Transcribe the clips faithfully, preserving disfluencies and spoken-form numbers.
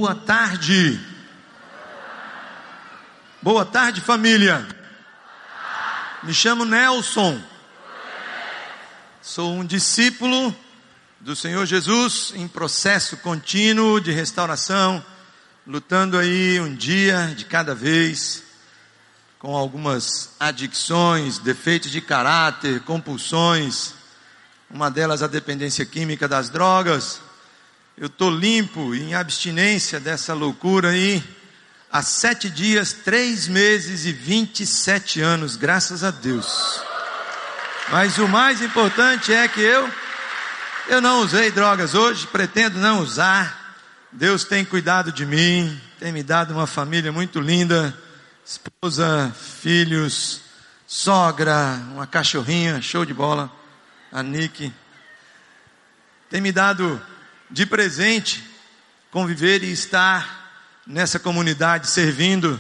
Boa tarde. Boa tarde, família. Me chamo Nelson. Sou um discípulo do Senhor Jesus em processo contínuo de restauração, lutando aí um dia de cada vez, com algumas adicções, defeitos de caráter, compulsões, uma delas a dependência química das drogas. Eu estou limpo, em abstinência dessa loucura aí, há sete dias, três meses e vinte e sete anos, graças a Deus. Mas o mais importante é que eu, eu não usei drogas hoje, pretendo não usar. Deus tem cuidado de mim, tem me dado uma família muito linda, esposa, filhos, sogra, uma cachorrinha, show de bola, a Nick. Tem me dado de presente conviver e estar nessa comunidade servindo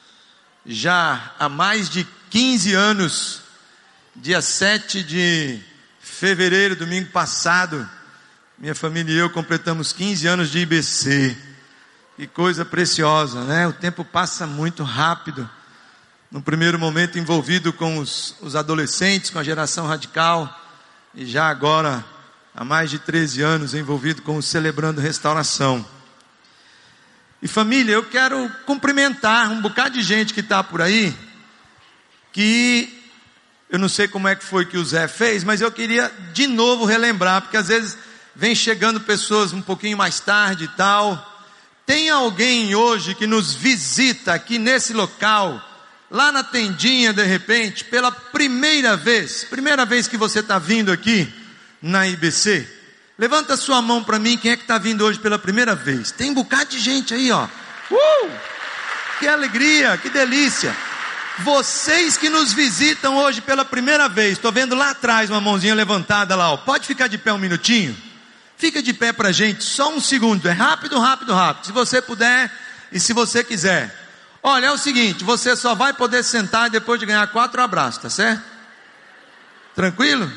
já há mais de quinze anos. Dia sete de fevereiro, domingo passado, minha família e eu completamos quinze anos de I B C. Que coisa preciosa, né? O tempo passa muito rápido. No primeiro momento envolvido com os, os adolescentes, com a geração radical, e já agora, há mais de treze anos, envolvido com o Celebrando Restauração. E família, eu quero cumprimentar um bocado de gente que está por aí, que eu não sei como é que foi que o Zé fez, mas eu queria de novo relembrar, porque às vezes vem chegando pessoas um pouquinho mais tarde e tal. Tem alguém hoje que nos visita aqui nesse local, lá na tendinha de repente, pela primeira vez, primeira vez que você está vindo aqui na I B C? Levanta sua mão para mim, quem é que está vindo hoje pela primeira vez? Tem um bocado de gente aí, ó. Uh! Que alegria, que delícia. Vocês que nos visitam hoje pela primeira vez, estou vendo lá atrás uma mãozinha levantada lá, ó. Pode ficar de pé um minutinho? Fica de pé pra gente, só um segundo, é rápido, rápido, rápido, se você puder e se você quiser. Olha, é o seguinte, você só vai poder sentar depois de ganhar quatro abraços, tá certo? Tranquilo?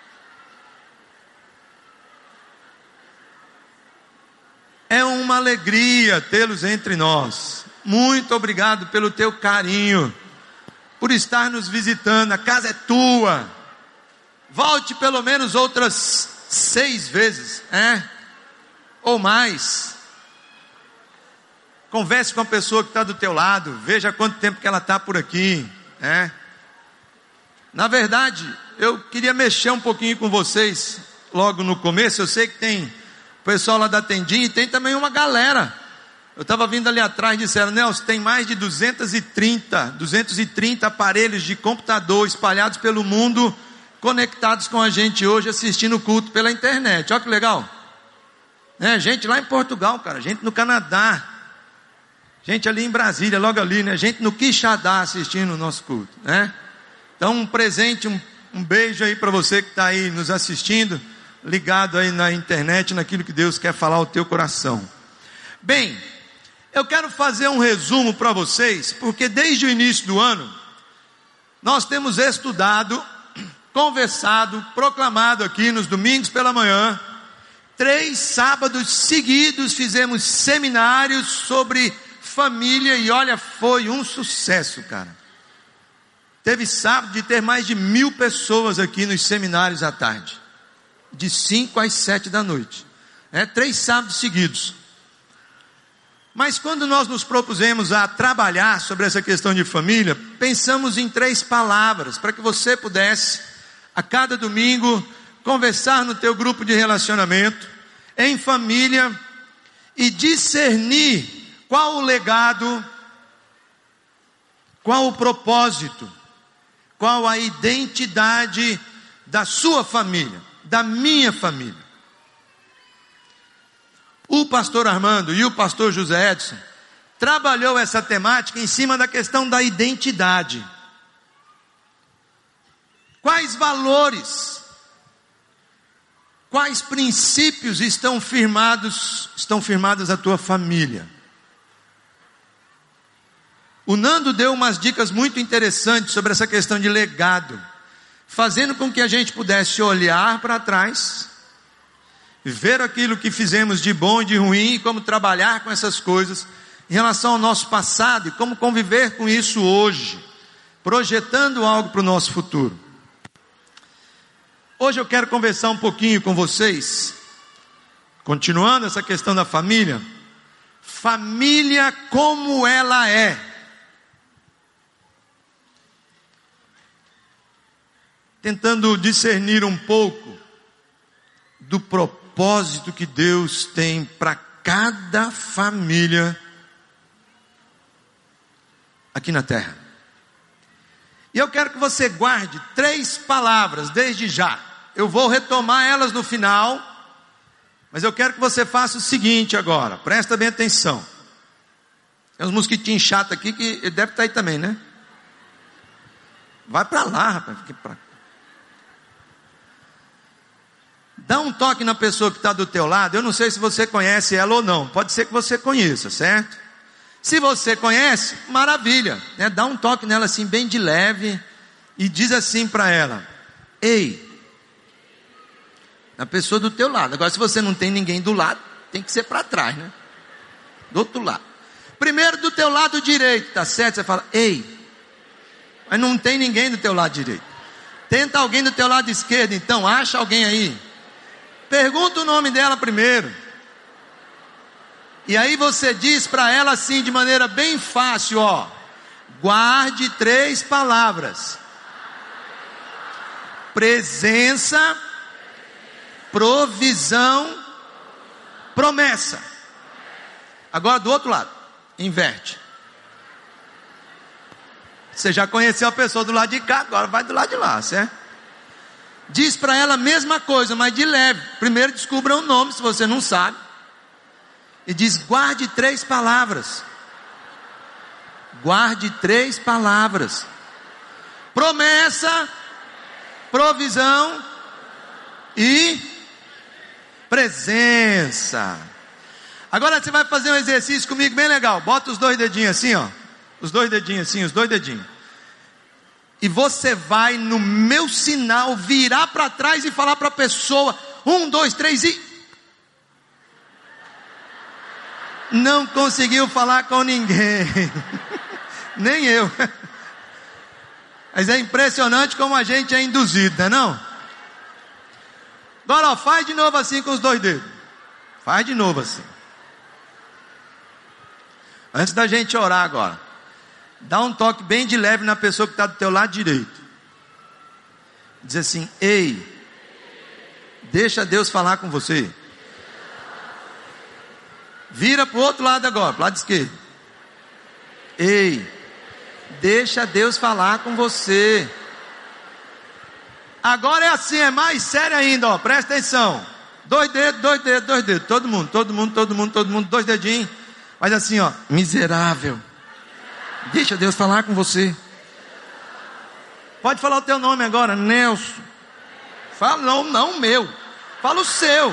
É uma alegria tê-los entre nós. Muito obrigado pelo teu carinho, por estar nos visitando. A casa é tua. Volte pelo menos outras seis vezes, é? Ou mais. Converse com a pessoa que está do teu lado, veja quanto tempo que ela está por aqui, é? Na verdade, eu queria mexer um pouquinho com vocês logo no começo. Eu sei que tem o pessoal lá da tendinha e tem também uma galera. Eu estava vindo ali atrás e disseram: Nelson, tem mais de duzentos e trinta aparelhos de computador espalhados pelo mundo, conectados com a gente hoje, assistindo o culto pela internet. Olha que legal, é, gente lá em Portugal, cara, gente no Canadá, gente ali em Brasília, logo ali, né? Gente no Quixadá assistindo o nosso culto, né? Então um presente, um, um beijo aí para você que está aí nos assistindo, ligado aí na internet, naquilo que Deus quer falar ao teu coração. Bem, eu quero fazer um resumo para vocês, porque desde o início do ano, nós temos estudado, conversado, proclamado aqui nos domingos pela manhã, três sábados seguidos fizemos seminários sobre família, e olha, foi um sucesso, cara. Teve sábado de ter mais de mil pessoas aqui nos seminários à tarde, de cinco às sete da noite, é, três sábados seguidos. Mas quando nós nos propusemos a trabalhar sobre essa questão de família, pensamos em três palavras, para que você pudesse, a cada domingo, conversar no teu grupo de relacionamento, em família, e discernir qual o legado, qual o propósito, qual a identidade da sua família, da minha família. O pastor Armando e o pastor José Edson trabalhou essa temática em cima da questão da identidade. Quais valores, quais princípios estão firmados, estão firmados a tua família? O Nando deu umas dicas muito interessantes sobre essa questão de legado, fazendo com que a gente pudesse olhar para trás ver aquilo que fizemos de bom e de ruim, e como trabalhar com essas coisas em relação ao nosso passado e como conviver com isso hoje, projetando algo para o nosso futuro. Hoje eu quero conversar um pouquinho com vocês, continuando essa questão da família, família como ela é. Tentando discernir um pouco do propósito que Deus tem para cada família aqui na terra. E eu quero que você guarde três palavras desde já. Eu vou retomar elas no final, mas eu quero que você faça o seguinte agora, presta bem atenção. Tem uns mosquitinhos chatos aqui que ele deve estar aí também, né? Vai para lá, rapaz. Fique pra... Dá um toque na pessoa que está do teu lado. Eu não sei se você conhece ela ou não. Pode ser que você conheça, certo? Se você conhece, maravilha, né? Dá um toque nela assim, bem de leve, e diz assim para ela: ei, na pessoa do teu lado. Agora, se você não tem ninguém do lado, tem que ser para trás, né? Do outro lado. Primeiro do teu lado direito, tá certo? Você fala: ei, mas não tem ninguém do teu lado direito. Tenta alguém do teu lado esquerdo, então, acha alguém aí. Pergunta o nome dela primeiro. E aí você diz para ela assim, de maneira bem fácil, ó: guarde três palavras: presença, provisão, promessa. Agora do outro lado, inverte. Você já conheceu a pessoa do lado de cá, agora vai do lado de lá, certo? Diz para ela a mesma coisa, mas de leve. Primeiro descubra o nome, se você não sabe. E diz: guarde três palavras. Guarde três palavras: promessa, provisão e presença. Agora você vai fazer um exercício comigo bem legal. Bota os dois dedinhos assim, ó. Os dois dedinhos assim, os dois dedinhos. E você vai, no meu sinal, virar para trás e falar para a pessoa: um, dois, três e... Não conseguiu falar com ninguém. Nem eu. Mas é impressionante como a gente é induzido, não é não? Agora, ó, faz de novo assim com os dois dedos. Faz de novo assim. Antes da gente orar agora, dá um toque bem de leve na pessoa que está do teu lado direito. Diz assim: ei, deixa Deus falar com você. Vira para o outro lado agora, para o lado esquerdo. Ei, deixa Deus falar com você. Agora é assim, é mais sério ainda, ó, presta atenção. Dois dedos, dois dedos, dois dedos. Todo mundo, todo mundo, todo mundo, todo mundo, dois dedinhos. Mas assim, ó: miserável, deixa Deus falar com você. Pode falar o teu nome agora: Nelson. Fala, não, não o meu. Fala o seu.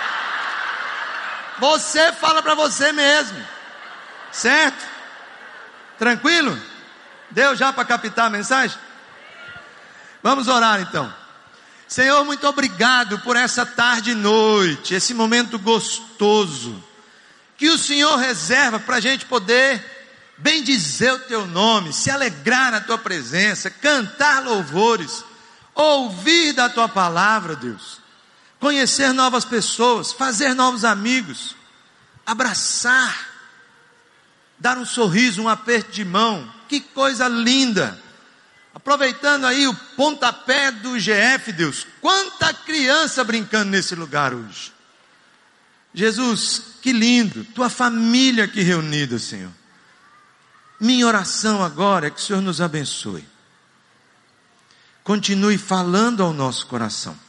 Você fala para você mesmo. Certo? Tranquilo? Deu já para captar a mensagem? Vamos orar então. Senhor, muito obrigado por essa tarde e noite, esse momento gostoso que o Senhor reserva para a gente poder bendizer o teu nome, se alegrar na tua presença, cantar louvores, ouvir da tua palavra, Deus, conhecer novas pessoas, fazer novos amigos, abraçar, dar um sorriso, um aperto de mão. Que coisa linda! Aproveitando aí o pontapé do G F, Deus, quanta criança brincando nesse lugar hoje. Jesus, que lindo, tua família aqui reunida, Senhor. Minha oração agora é que o Senhor nos abençoe. Continue falando ao nosso coração.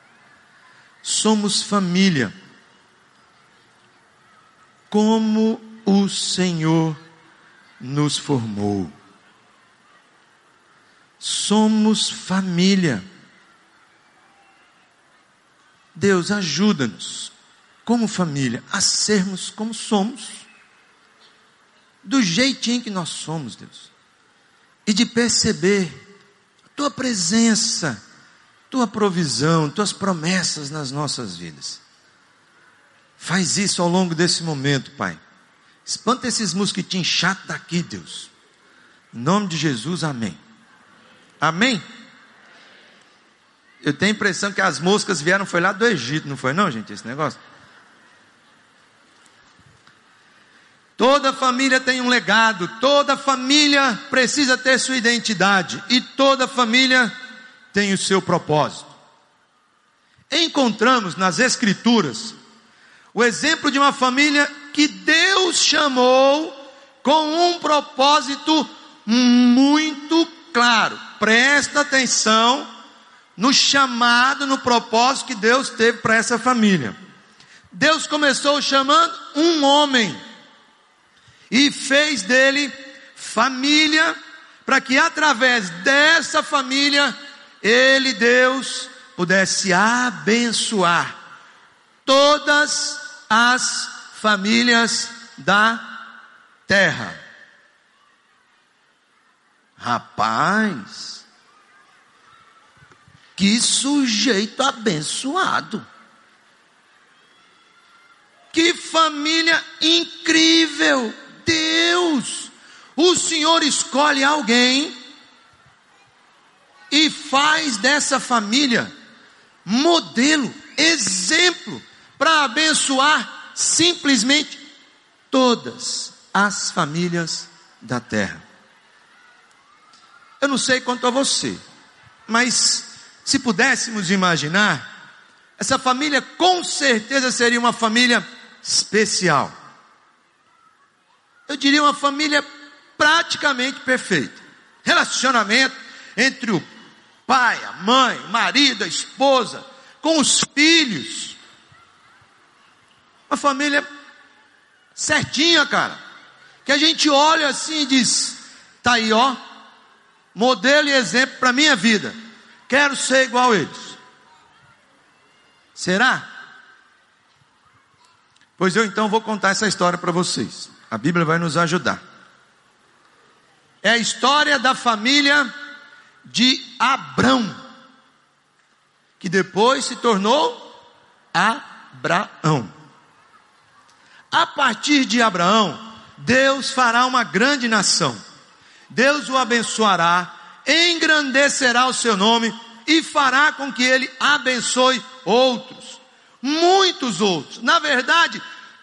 Somos família, como o Senhor nos formou. Somos família. Deus, ajuda-nos, como família, a sermos como somos, do jeitinho que nós somos, Deus, e de perceber a tua presença, tua provisão, tuas promessas nas nossas vidas. Faz isso ao longo desse momento, Pai. Espanta esses mosquitinhos chatos daqui, Deus. Em nome de Jesus, amém. Amém? Eu tenho a impressão que as moscas vieram, foi lá do Egito, não foi não, gente, esse negócio? Toda família tem um legado, toda família precisa ter sua identidade, e toda família tem o seu propósito. Encontramos nas Escrituras o exemplo de uma família que Deus chamou com um propósito muito claro. Presta atenção no chamado, no propósito que Deus teve para essa família. Deus começou chamando um homem e fez dele família, para que através dessa família ele, Deus, pudesse abençoar todas as famílias da terra. Rapaz, que sujeito abençoado, que família incrível. Deus, o Senhor escolhe alguém e faz dessa família modelo, exemplo, para abençoar simplesmente todas as famílias da terra. Eu não sei quanto a você, mas se pudéssemos imaginar, essa família com certeza seria uma família especial. Eu diria uma família praticamente perfeita. Relacionamento entre o pai, a mãe, o marido, a esposa, com os filhos. Uma família certinha, cara. Que a gente olha assim e diz, tá aí ó, modelo e exemplo para a minha vida. Quero ser igual a eles. Será? Pois eu então vou contar essa história para vocês. A Bíblia vai nos ajudar. É a história da família de Abrão, que depois se tornou Abraão. A partir de Abraão, Deus fará uma grande nação. Deus o abençoará, engrandecerá o seu nome e fará com que ele abençoe outros, muitos outros. Na verdade,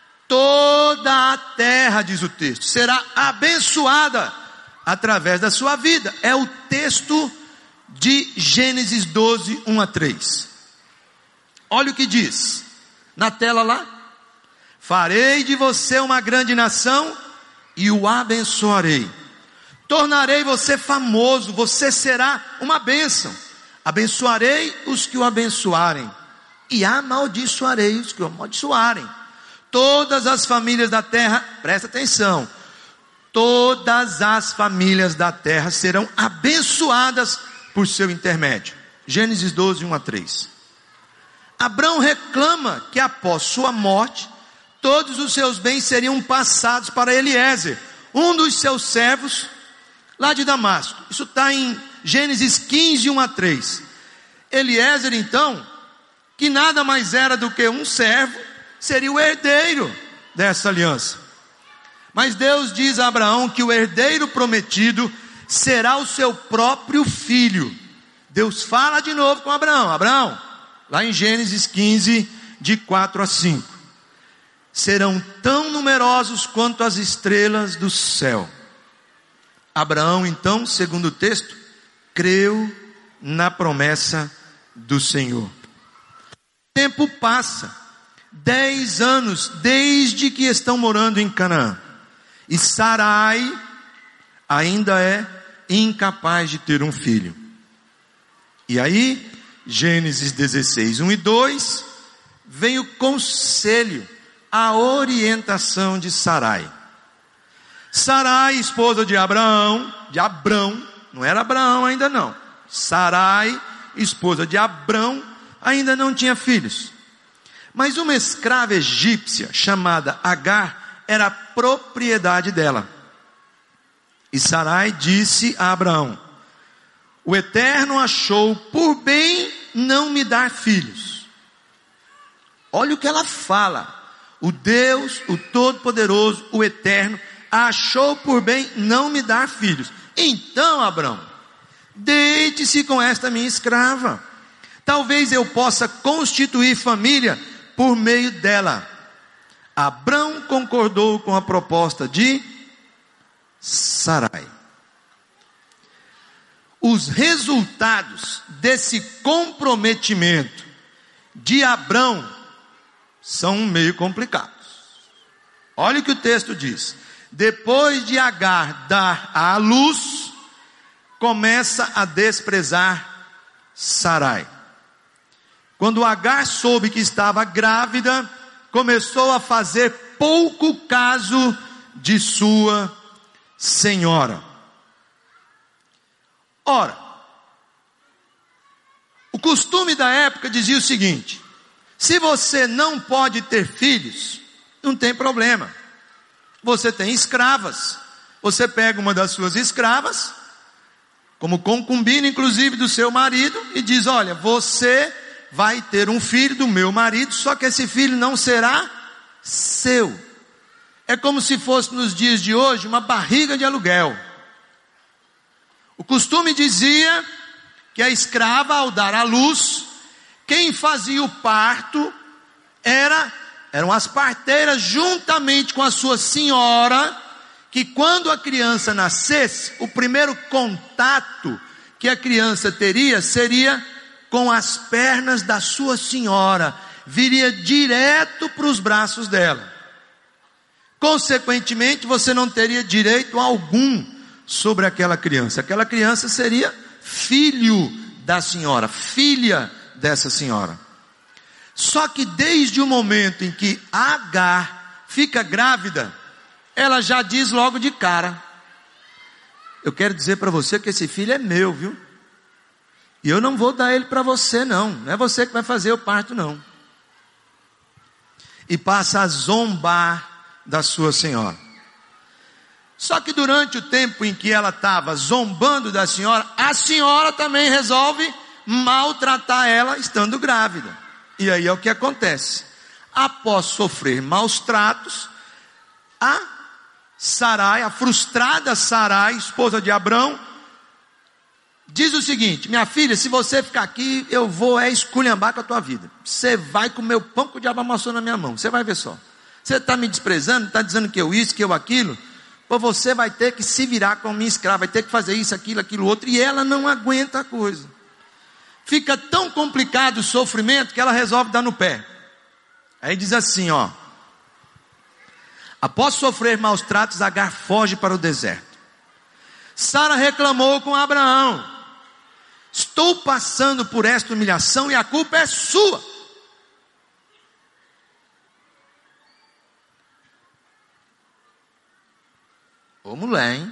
toda a terra, diz o texto, será abençoada através da sua vida. É o texto de Gênesis doze, um a três. Olha o que diz na tela lá. Farei de você uma grande nação e o abençoarei. Tornarei você famoso, você será uma bênção. Abençoarei os que o abençoarem e amaldiçoarei os que o amaldiçoarem. Todas as famílias da terra, presta atenção, todas as famílias da terra serão abençoadas por seu intermédio. Gênesis doze, um a três. Abrão reclama que após sua morte, todos os seus bens seriam passados para Eliezer, um dos seus servos, lá de Damasco. Isso está em Gênesis quinze, um a três. Eliezer então, que nada mais era do que um servo, seria o herdeiro dessa aliança. Mas Deus diz a Abraão que o herdeiro prometido será o seu próprio filho. Deus fala de novo com Abraão. Abraão, lá em Gênesis quinze, de quatro a cinco. Serão tão numerosos quanto as estrelas do céu. Abraão então, segundo o texto, creu na promessa do Senhor. O tempo passa. Dez anos desde que estão morando em Canaã. E Sarai ainda é incapaz de ter um filho. E aí, Gênesis dezesseis, um e dois, vem o conselho, a orientação de Sarai. Sarai, esposa de Abraão, de Abrão, não era Abraão ainda não. Sarai, esposa de Abrão, ainda não tinha filhos. Mas uma escrava egípcia chamada Agar era propriedade dela. E Sarai disse a Abraão: o Eterno achou por bem não me dar filhos. Olha o que ela fala. o Deus, o Todo-Poderoso, o Eterno, achou por bem não me dar filhos. Então, Abrão, deite-se com esta minha escrava. Talvez eu possa constituir família por meio dela. Abrão concordou com a proposta de Sarai. Os resultados desse comprometimento de Abrão são meio complicados. Olha o que o texto diz. Depois de Agar dar à luz, começa a desprezar Sarai. Quando Agar soube que estava grávida, começou a fazer pouco caso de sua senhora. Ora, o costume da época dizia o seguinte: se você não pode ter filhos, não tem problema. Você tem escravas. Você pega uma das suas escravas, como concubina inclusive do seu marido, e diz: olha, você vai ter um filho do meu marido, só que esse filho não será seu. É como se fosse nos dias de hoje uma barriga de aluguel. O costume dizia que a escrava, ao dar à luz, quem fazia o parto era, eram as parteiras juntamente com a sua senhora, que quando a criança nascesse, o primeiro contato que a criança teria seria com as pernas da sua senhora, viria direto para os braços dela. Consequentemente, você não teria direito algum sobre aquela criança. Aquela criança seria filho da senhora, filha dessa senhora. Só que desde o momento em que Agar fica grávida, ela já diz logo de cara: eu quero dizer para você que esse filho é meu, viu? E eu não vou dar ele para você não, não é você que vai fazer o parto não. E passa a zombar da sua senhora. Só que durante o tempo em que ela estava zombando da senhora, a senhora também resolve maltratar ela estando grávida. E aí é o que acontece. Após sofrer maus tratos, a Sarai, a frustrada Sarai, esposa de Abrão, diz o seguinte: minha filha, se você ficar aqui, eu vou é esculhambar com a tua vida. Você vai comer o pão que o diabo amassou na minha mão, você vai ver só. Você está me desprezando, está dizendo que eu isso, que eu aquilo. Ou você vai ter que se virar com a minha escrava, vai ter que fazer isso, aquilo, aquilo outro, e ela não aguenta a coisa. Fica tão complicado o sofrimento que ela resolve dar no pé. Aí diz assim, ó: após sofrer maus tratos, Agar foge para o deserto. Sara reclamou com Abraão: estou passando por esta humilhação e a culpa é sua. Ô mulher, hein?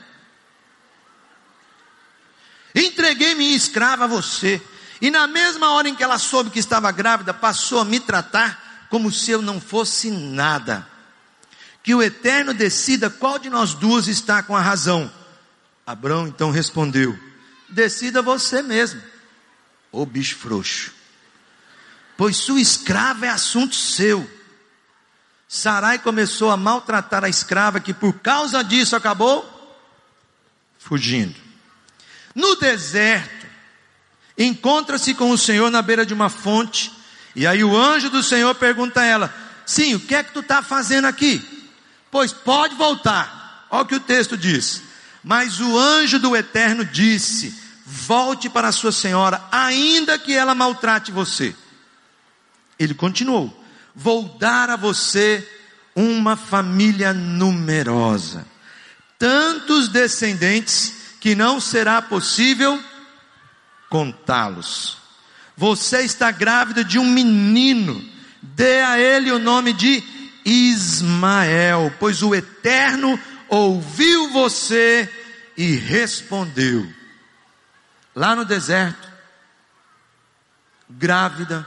Entreguei minha escrava a você, e na mesma hora em que ela soube que estava grávida, passou a me tratar como se eu não fosse nada. Que o Eterno decida qual de nós duas está com a razão. Abrão então respondeu: decida você mesmo, ô bicho frouxo, pois sua escrava é assunto seu. Sarai começou a maltratar a escrava, que por causa disso acabou fugindo. No deserto, encontra-se com o Senhor na beira de uma fonte, e aí o anjo do Senhor pergunta a ela: sim, o que é que tu está fazendo aqui? Pois pode voltar. Olha o que o texto diz: mas o anjo do Eterno disse: volte para a sua senhora, ainda que ela maltrate você. Ele continuou: vou dar a você uma família numerosa, tantos descendentes que não será possível contá-los. Você está grávida de um menino, dê a ele o nome de Ismael, pois o Eterno ouviu você e respondeu. Lá no deserto, grávida,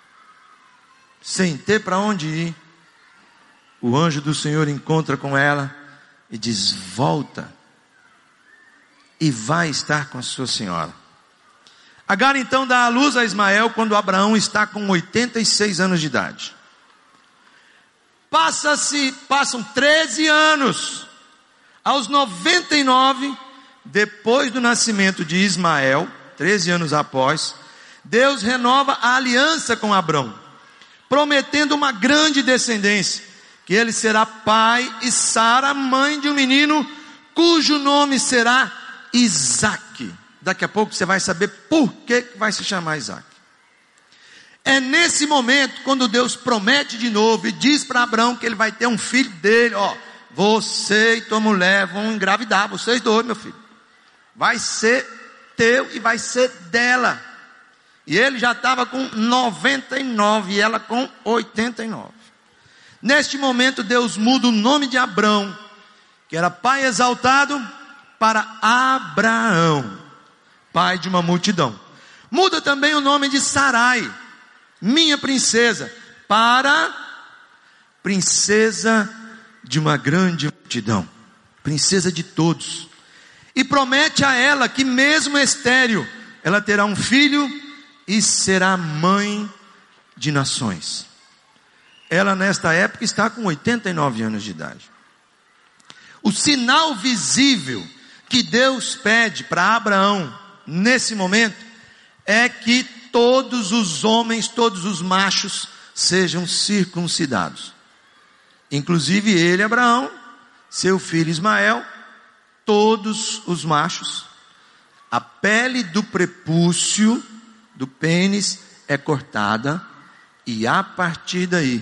sem ter para onde ir, o anjo do Senhor encontra com ela e diz: volta e vai estar com a sua senhora. Agar então dá à luz a Ismael quando Abraão está com oitenta e seis anos de idade. Passa-se, passam treze anos. Aos noventa e nove, depois do nascimento de Ismael, treze anos após, Deus renova a aliança com Abrão, prometendo uma grande descendência, que ele será pai e Sara, mãe de um menino, cujo nome será Isaque. Daqui a pouco você vai saber por que vai se chamar Isaque. É nesse momento, quando Deus promete de novo e diz para Abrão que ele vai ter um filho dele, ó, você e tua mulher vão engravidar, vocês dois, meu filho. Vai ser teu e vai ser dela. E ele já estava com noventa e nove e ela com oitenta e nove. Neste momento Deus muda o nome de Abrão, que era pai exaltado, para Abraão, pai de uma multidão. Muda também o nome de Sarai, minha princesa, para princesa de uma grande multidão, princesa de todos. E promete a ela que mesmo estéril, ela terá um filho e será mãe de nações. Ela nesta época está com oitenta e nove anos de idade. O sinal visível que Deus pede para Abraão nesse momento é que todos os homens, todos os machos sejam circuncidados. Inclusive ele, Abraão, seu filho Ismael, todos os machos. A pele do prepúcio, do pênis, é cortada, e a partir daí,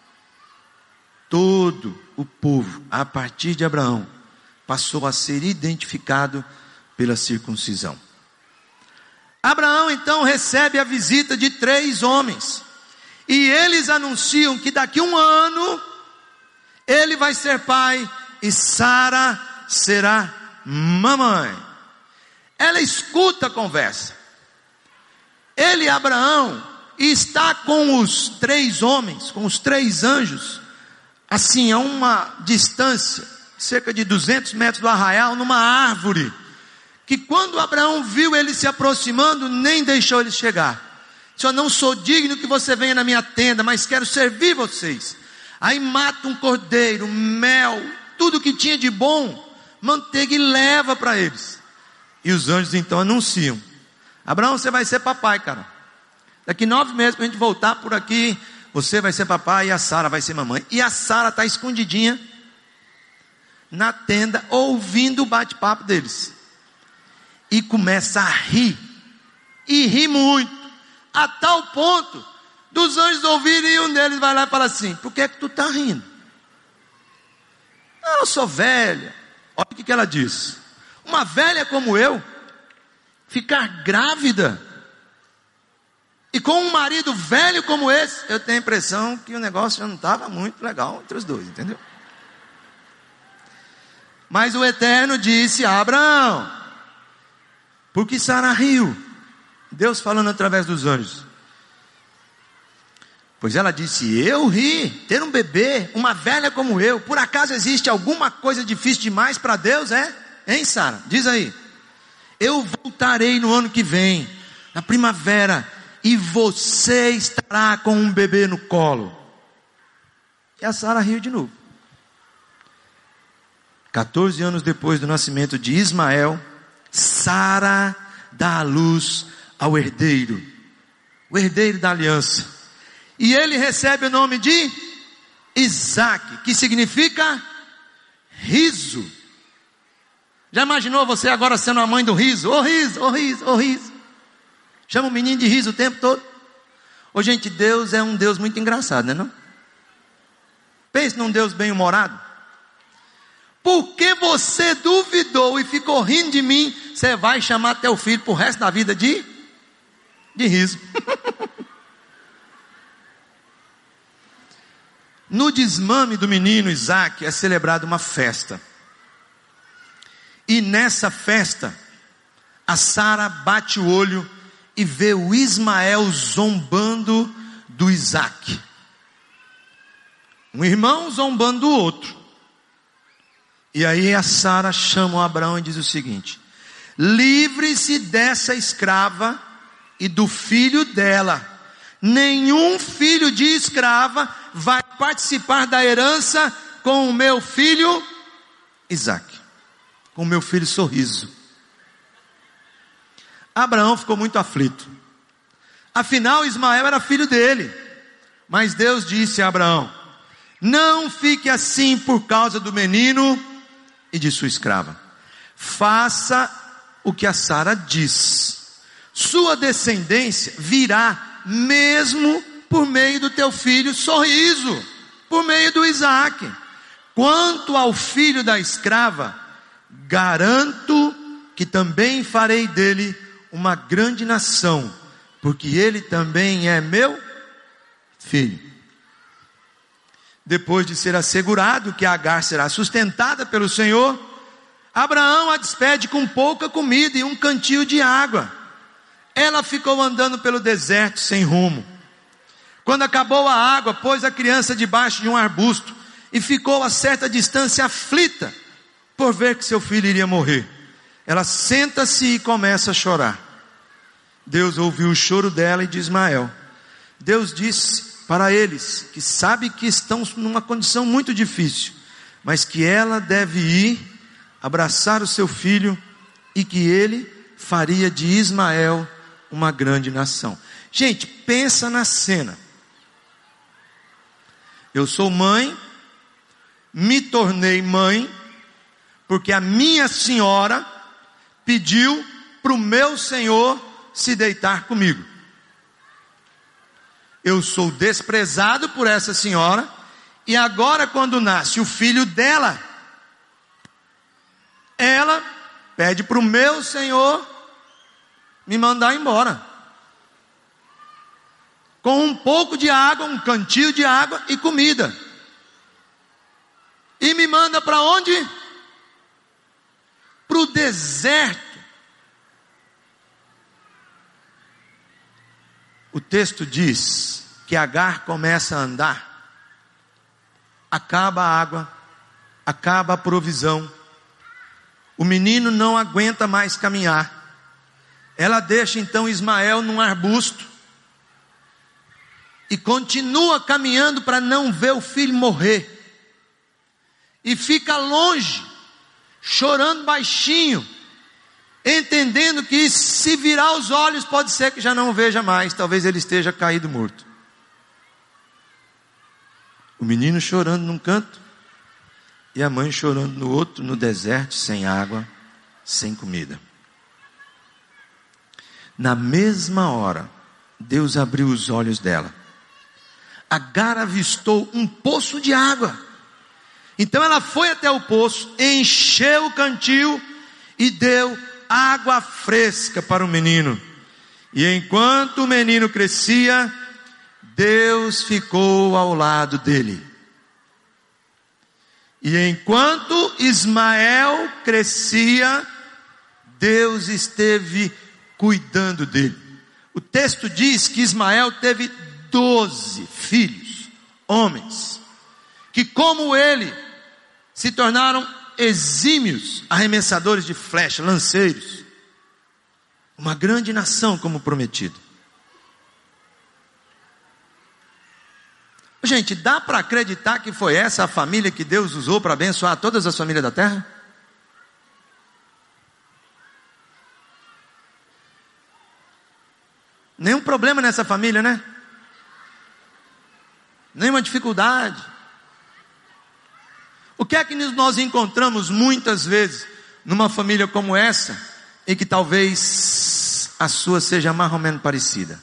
todo o povo, a partir de Abraão, passou a ser identificado pela circuncisão. Abraão então recebe a visita de três homens, e eles anunciam que daqui a um ano, ele vai ser pai, e Sara será mamãe. Ela escuta a conversa. Ele, Abraão, está com os três homens, com os três anjos, assim, a uma distância, cerca de duzentos metros do arraial, numa árvore, que quando Abraão viu ele se aproximando, nem deixou ele chegar. Disse: eu não sou digno que você venha na minha tenda, mas quero servir vocês. Aí mata um cordeiro, mel, tudo que tinha de bom, manteiga, e leva para eles. E os anjos então anunciam: Abraão, você vai ser papai, cara. Daqui nove meses, para a gente voltar por aqui, você vai ser papai e a Sara vai ser mamãe. E a Sara está escondidinha na tenda, ouvindo o bate-papo deles. E começa a rir. E ri muito. A tal ponto dos anjos ouvirem, e um deles vai lá e fala assim: por que é que tu está rindo? Não, eu sou velha. Olha o que, que ela diz: uma velha como eu, ficar grávida, e com um marido velho como esse, eu tenho a impressão que o negócio já não estava muito legal entre os dois, entendeu? Mas o Eterno disse a Abraão: por que Sara riu? Deus falando através dos anjos. Pois ela disse: eu ri, ter um bebê, uma velha como eu, por acaso existe alguma coisa difícil demais para Deus, é? Hein, Sara? Diz aí. Eu voltarei no ano que vem, na primavera, e você estará com um bebê no colo. E a Sara riu de novo. quatorze anos depois do nascimento de Ismael, Sara dá à luz ao herdeiro, o herdeiro da aliança. E ele recebe o nome de Isaque, que significa riso. Já imaginou você agora sendo a mãe do riso? Ô riso, ô riso, ô riso. Chama o menino de riso o tempo todo. Ô gente, Deus é um Deus muito engraçado, não é não? Pense num Deus bem-humorado. Porque você duvidou e ficou rindo de mim, você vai chamar teu filho pro resto da vida de, de riso. No desmame do menino Isaque é celebrada uma festa. E nessa festa, a Sara bate o olho e vê o Ismael zombando do Isaque. Um irmão zombando do outro. E aí a Sara chama o Abraão e diz o seguinte: livre-se dessa escrava e do filho dela, nenhum filho de escrava vai participar da herança com o meu filho Isaque, com o meu filho Sorriso. Abraão ficou muito aflito. Afinal, Ismael era filho dele. Mas Deus disse a Abraão: não fique assim por causa do menino e de sua escrava. Faça o que a Sara diz. Sua descendência virá mesmo por meio do teu filho Sorriso, por meio do Isaque. Quanto ao filho da escrava, garanto que também farei dele uma grande nação, porque ele também é meu filho. Depois de ser assegurado que Agar será sustentada pelo Senhor, Abraão a despede com pouca comida e um cantil de água. Ela ficou andando pelo deserto sem rumo. Quando acabou a água, pôs a criança debaixo de um arbusto e ficou a certa distância aflita por ver que seu filho iria morrer. Ela senta-se e começa a chorar. Deus ouviu o choro dela e de Ismael. Deus disse para eles que sabe que estão numa condição muito difícil, mas que ela deve ir abraçar o seu filho e que ele faria de Ismael uma grande nação. Gente, pensa na cena. Eu sou mãe, me tornei mãe, porque a minha senhora pediu para o meu Senhor se deitar comigo. Eu sou desprezado por essa senhora, e agora quando nasce o filho dela, ela pede para o meu Senhor me mandar embora. Com um pouco de água, um cantil de água e comida. E me manda para onde? Para o deserto. O texto diz que Agar começa a andar. Acaba a água, acaba a provisão. O menino não aguenta mais caminhar. Ela deixa então Ismael num arbusto e continua caminhando para não ver o filho morrer. E fica longe, chorando baixinho, entendendo que se virar os olhos pode ser que já não o veja mais, talvez ele esteja caído morto. O menino chorando num canto e a mãe chorando no outro, no deserto, sem água, sem comida. Na mesma hora, Deus abriu os olhos dela. Agar avistou um poço de água. Então ela foi até o poço, encheu o cantil e deu água fresca para o menino. E enquanto o menino crescia, Deus ficou ao lado dele. E enquanto Ismael crescia, Deus esteve cuidando dele. O texto diz que Ismael teve doze filhos, homens, que como ele, se tornaram exímios arremessadores de flecha, lanceiros. Uma grande nação como prometido. Gente, dá para acreditar que foi essa a família que Deus usou para abençoar todas as famílias da terra? Nenhum problema nessa família, né? Nenhuma dificuldade. O que é que nós encontramos muitas vezes numa família como essa, e que talvez a sua seja mais ou menos parecida?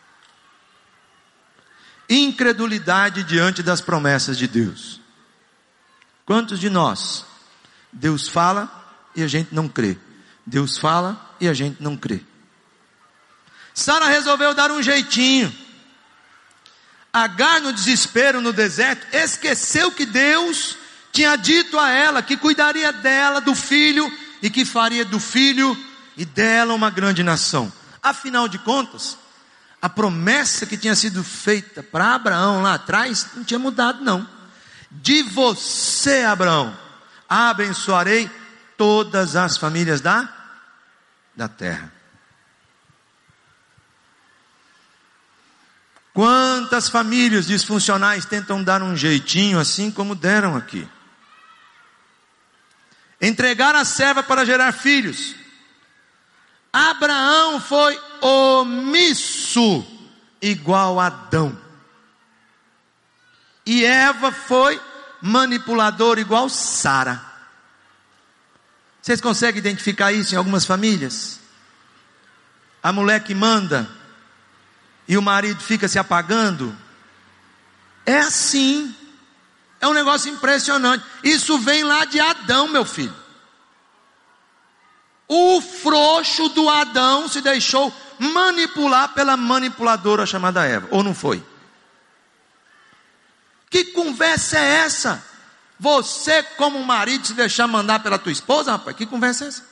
Incredulidade diante das promessas de Deus. Quantos de nós, Deus fala e a gente não crê? Deus fala e a gente não crê. Sara resolveu dar um jeitinho. Agar, no desespero, no deserto, esqueceu que Deus tinha dito a ela que cuidaria dela, do filho, e que faria do filho e dela uma grande nação. Afinal de contas, a promessa que tinha sido feita para Abraão lá atrás não tinha mudado não. De você, Abraão, abençoarei todas as famílias da, da terra. quantas famílias disfuncionais tentam dar um jeitinho assim como deram aqui. Entregar a serva para gerar filhos. Abraão foi omisso, igual a Adão. E Eva foi manipuladora, igual Sara. Vocês conseguem identificar isso em algumas famílias? A mulher que manda e o marido fica se apagando. É assim. É um negócio impressionante. Isso vem lá de Adão, meu filho. O frouxo do Adão se deixou manipular pela manipuladora chamada Eva. Ou não foi? Que conversa é essa? Você como marido se deixar mandar pela tua esposa, rapaz? Que conversa é essa?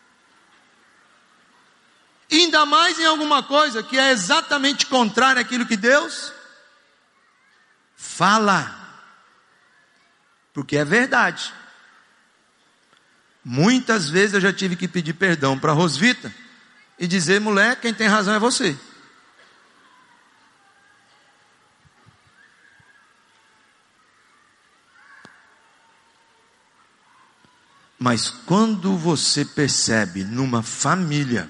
Ainda mais em alguma coisa que é exatamente contrária àquilo que Deus fala. Porque é verdade. Muitas vezes eu já tive que pedir perdão para Rosvita e dizer: mulher, quem tem razão é você. Mas quando você percebe numa família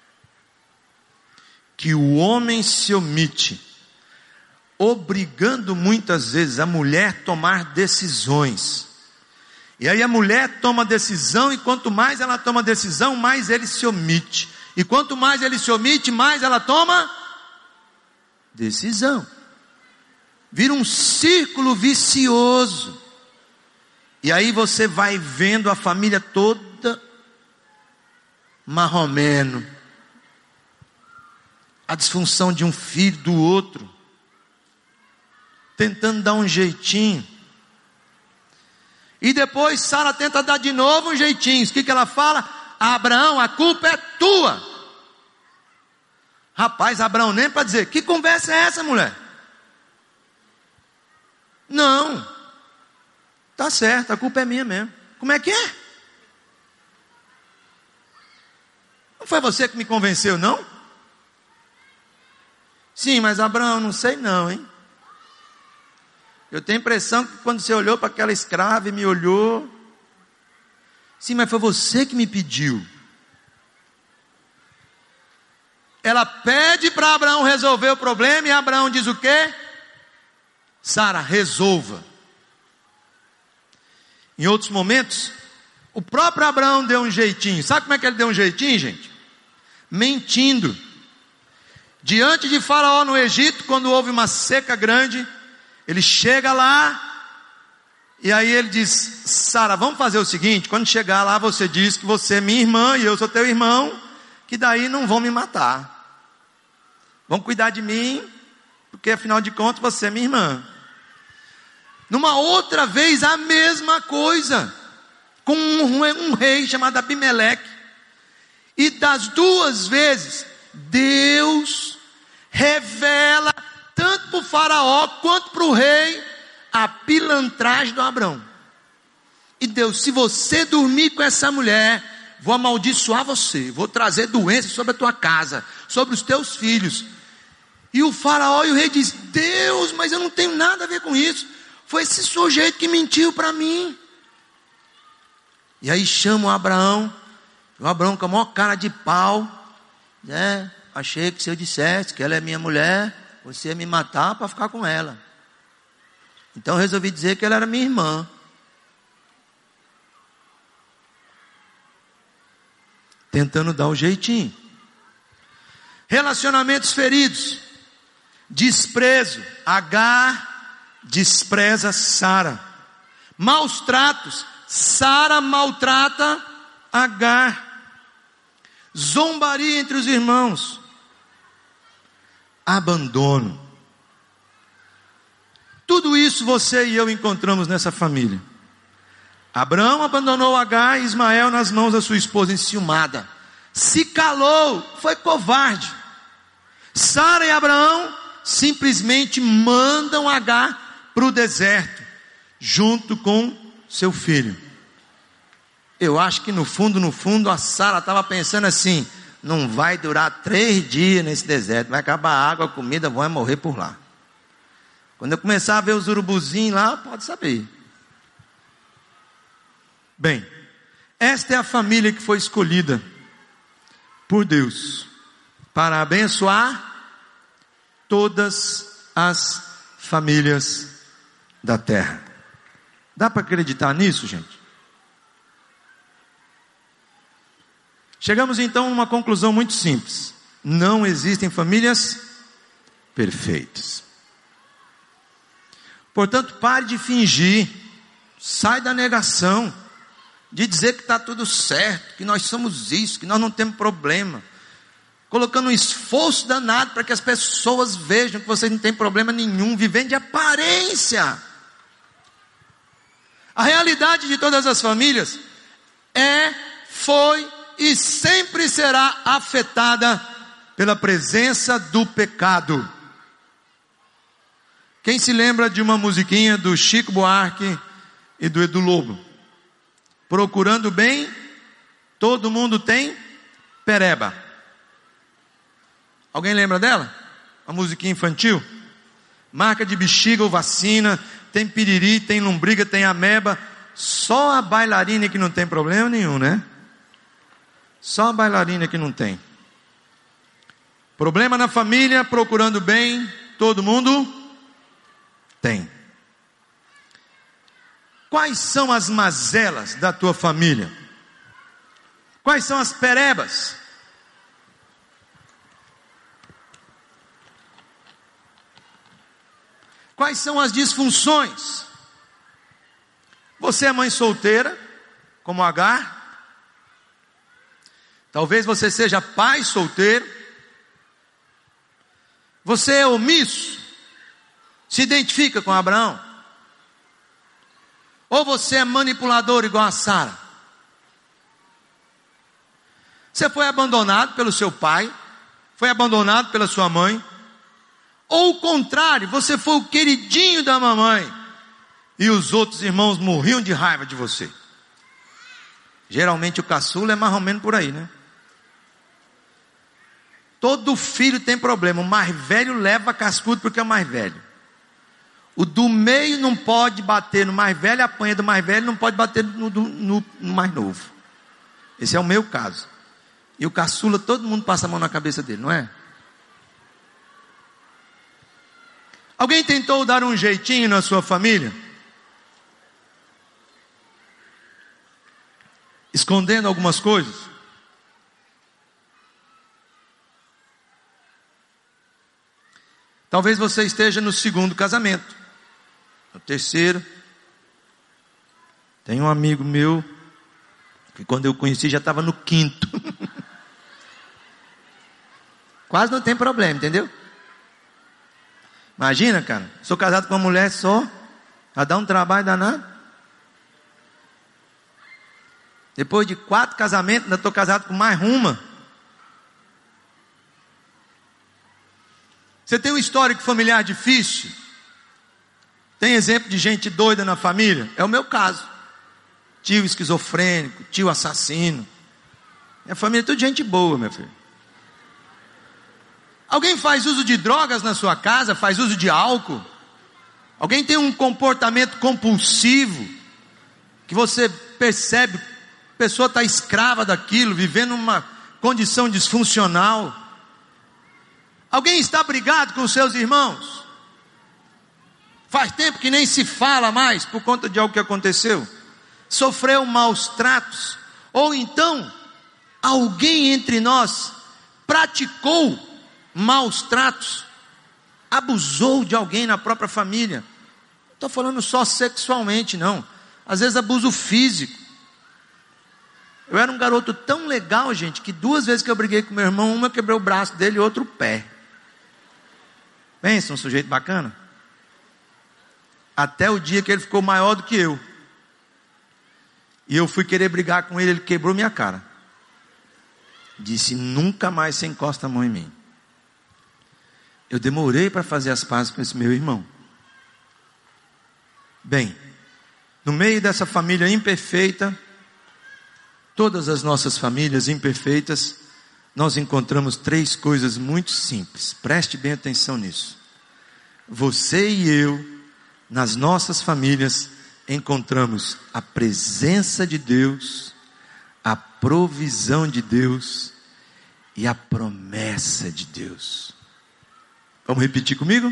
que o homem se omite, obrigando muitas vezes a mulher a tomar decisões, e aí a mulher toma decisão, e quanto mais ela toma decisão, mais ele se omite, e quanto mais ele se omite, mais ela toma decisão. Vira um círculo vicioso. E aí você vai vendo a família toda marromeno, a disfunção de um filho do outro, tentando dar um jeitinho. E depois Sara tenta dar de novo um jeitinho. O que, que ela fala? Abraão, a culpa é tua. Rapaz, Abraão nem para dizer: que conversa é essa, mulher? Não, tá certo, a culpa é minha mesmo. Como é que é? Não foi você que me convenceu, não? Sim, mas Abraão, não sei não, hein? Eu tenho a impressão que quando você olhou para aquela escrava e me olhou, sim, mas foi você que me pediu. Ela pede para Abraão resolver o problema, e Abraão diz o quê? Sara, resolva. Em outros momentos, o próprio Abraão deu um jeitinho. Sabe como é que ele deu um jeitinho, gente? Mentindo. Diante de Faraó no Egito, quando houve uma seca grande, ele chega lá, e aí ele diz: Sara, vamos fazer o seguinte, quando chegar lá você diz que você é minha irmã e eu sou teu irmão, que daí não vão me matar. Vão cuidar de mim, porque afinal de contas você é minha irmã. Numa outra vez a mesma coisa, com um, um rei chamado Abimeleque. E das duas vezes, Deus revela tanto para o faraó quanto para o rei a pilantragem do Abraão. E Deus: se você dormir com essa mulher, vou amaldiçoar você, vou trazer doença sobre a tua casa, sobre os teus filhos. E o faraó e o rei diz: Deus, mas eu não tenho nada a ver com isso. Foi esse sujeito que mentiu para mim. E aí chama o Abraão. O Abraão com a maior cara de pau, né? Achei que se eu dissesse que ela é minha mulher, você ia me matar para ficar com ela. Então eu resolvi dizer que ela era minha irmã. Tentando dar um jeitinho. Relacionamentos feridos. Desprezo. Agar despreza Sara. Maus tratos. Sara maltrata Agar. Zombaria entre os irmãos. Abandono. Tudo isso você e eu encontramos nessa família. Abraão abandonou Agar e Ismael nas mãos da sua esposa enciumada. Se calou, foi covarde. Sara e Abraão simplesmente mandam Agar para o deserto, junto com seu filho. Eu acho que no fundo, no fundo, a Sara estava pensando assim: não vai durar três dias nesse deserto, vai acabar a água, a comida, vão morrer por lá. Quando eu começar a ver os urubuzinhos lá, pode saber. Bem, esta é a família que foi escolhida por Deus para abençoar todas as famílias da terra. Dá para acreditar nisso, gente? Chegamos então a uma conclusão muito simples: não existem famílias perfeitas. Portanto, pare de fingir, sai da negação, de dizer que está tudo certo, que nós somos isso, que nós não temos problema, colocando um esforço danado para que as pessoas vejam que você não tem problema nenhum, vivendo de aparência. A realidade de todas as famílias é, foi e sempre será afetada pela presença do pecado. Quem se lembra de uma musiquinha do Chico Buarque e do Edu Lobo? Procurando bem, todo mundo tem pereba. Alguém lembra dela? Uma musiquinha infantil? Marca de bexiga ou vacina, tem piriri, tem lombriga, tem ameba. Só a bailarina que não tem problema nenhum, né? Só a bailarina que não tem. Problema na família, procurando bem, todo mundo tem. Quais são as mazelas da tua família? Quais são as perebas? Quais são as disfunções? Você é mãe solteira, como Agar? Talvez você seja pai solteiro. Você é omisso, se identifica com Abraão? Ou você é manipulador igual a Sara? Você foi abandonado pelo seu pai, foi abandonado pela sua mãe, ou o contrário, você foi o queridinho da mamãe e os outros irmãos morriam de raiva de você. Geralmente o caçula é mais ou menos por aí, né? Todo filho tem problema, o mais velho leva cascudo porque é o mais velho. O do meio não pode bater no mais velho, apanha do mais velho, não pode bater no, no, no mais novo. Esse é o meu caso. E o caçula, todo mundo passa a mão na cabeça dele, não é? Alguém tentou dar um jeitinho na sua família? Escondendo algumas coisas? Talvez você esteja no segundo casamento. No terceiro. Tem um amigo meu que quando eu conheci já estava no quinto. Quase não tem problema, entendeu? Imagina, cara, sou casado com uma mulher só, já dá um trabalho danado. Depois de quatro casamentos, ainda estou casado com mais uma. Você tem um histórico familiar difícil? Tem exemplo de gente doida na família? É o meu caso. Tio esquizofrênico, tio assassino. Minha família é tudo gente boa, meu filho. Alguém faz uso de drogas na sua casa? Faz uso de álcool? Alguém tem um comportamento compulsivo? Que você percebe, a pessoa está escrava daquilo, vivendo uma condição disfuncional. Alguém está brigado com os seus irmãos? Faz tempo que nem se fala mais por conta de algo que aconteceu. Sofreu maus tratos. Ou então, alguém entre nós praticou maus tratos, abusou de alguém na própria família. Não estou falando só sexualmente, não. Às vezes abuso físico. Eu era um garoto tão legal, gente, que duas vezes que eu briguei com meu irmão, uma eu quebrei o braço dele e outro o pé. Pensa, um sujeito bacana. Até o dia que ele ficou maior do que eu. E eu fui querer brigar com ele, ele quebrou minha cara. Disse, nunca mais você encosta a mão em mim. Eu demorei para fazer as pazes com esse meu irmão. Bem, no meio dessa família imperfeita, todas as nossas famílias imperfeitas, nós encontramos três coisas muito simples. Preste bem atenção nisso. você e eu, nas nossas famílias, encontramos a presença de Deus, a provisão de Deus e a promessa de Deus. Vamos repetir comigo?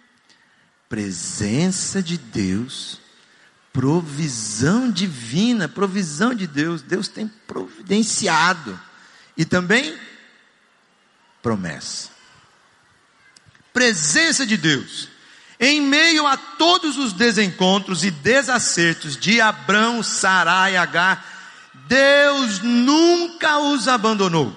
Presença de Deus, provisão divina, provisão de Deus. Deus tem providenciado. E também promessa. Presença de Deus. Em meio a todos os desencontros e desacertos de Abrão, Sarai e Agar, Deus nunca os abandonou.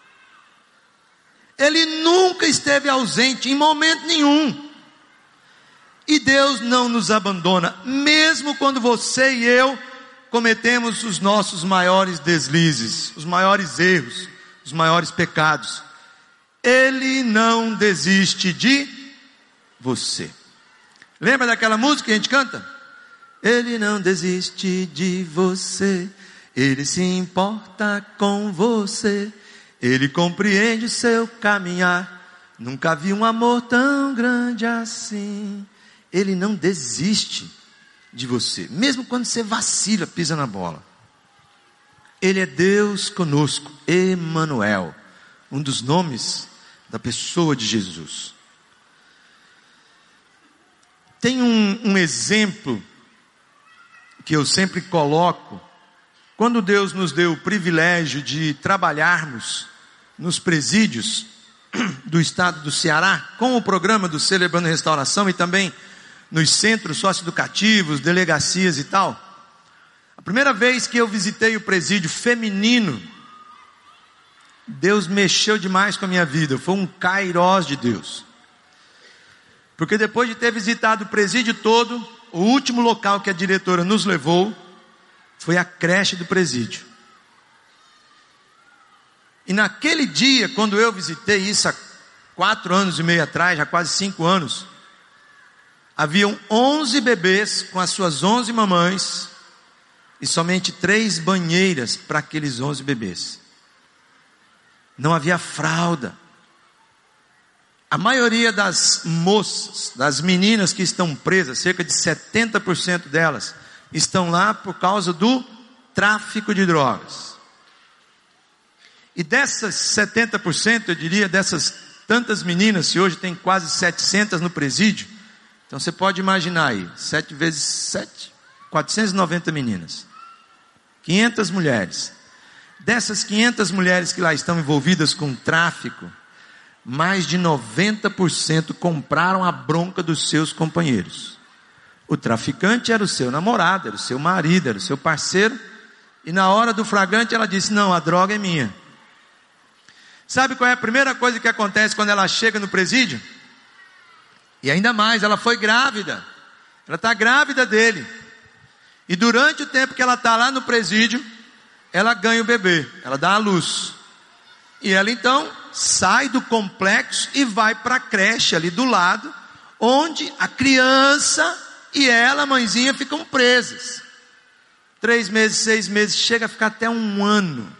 Ele nunca esteve ausente em momento nenhum. E Deus não nos abandona, mesmo quando você e eu cometemos os nossos maiores deslizes, os maiores erros, os maiores pecados. Ele não desiste de você. Lembra daquela música que a gente canta? Ele não desiste de você, Ele se importa com você, Ele compreende o seu caminhar, nunca vi um amor tão grande assim. Ele não desiste de você, mesmo quando você vacila, pisa na bola. Ele é Deus conosco, Emanuel, um dos nomes da pessoa de Jesus. Tem um, um exemplo que eu sempre coloco, quando Deus nos deu o privilégio de trabalharmos nos presídios do estado do Ceará, com o programa do Celebrando Restauração e também nos centros socioeducativos, delegacias e tal. A primeira vez que eu visitei o presídio feminino, Deus mexeu demais com a minha vida, foi um kairós de Deus. Porque depois de ter visitado o presídio todo, o último local que a diretora nos levou foi a creche do presídio. E naquele dia, quando eu visitei isso há quatro anos e meio atrás, já quase cinco anos, haviam onze bebês com as suas onze mamães e somente três banheiras para aqueles onze bebês. Não havia fralda. A maioria das moças, das meninas que estão presas, cerca de setenta por cento delas, estão lá por causa do tráfico de drogas. E dessas setenta por cento, eu diria, dessas tantas meninas, se hoje tem quase setecentas no presídio, então você pode imaginar aí, sete vezes sete, quatrocentas e noventa meninas, quinhentas mulheres. Dessas quinhentas mulheres que lá estão envolvidas com tráfico, mais de noventa por cento compraram a bronca dos seus companheiros. O traficante era o seu namorado, era o seu marido, era o seu parceiro, e na hora do flagrante ela disse: não, a droga é minha. Sabe qual é a primeira coisa que acontece quando ela chega no presídio? E ainda mais, ela foi grávida, ela está grávida dele, e durante o tempo que ela está lá no presídio, ela ganha o bebê, ela dá a luz, e ela então sai do complexo e vai para a creche ali do lado, onde a criança e ela, a mãezinha, ficam presas, três meses, seis meses, chega a ficar até um ano,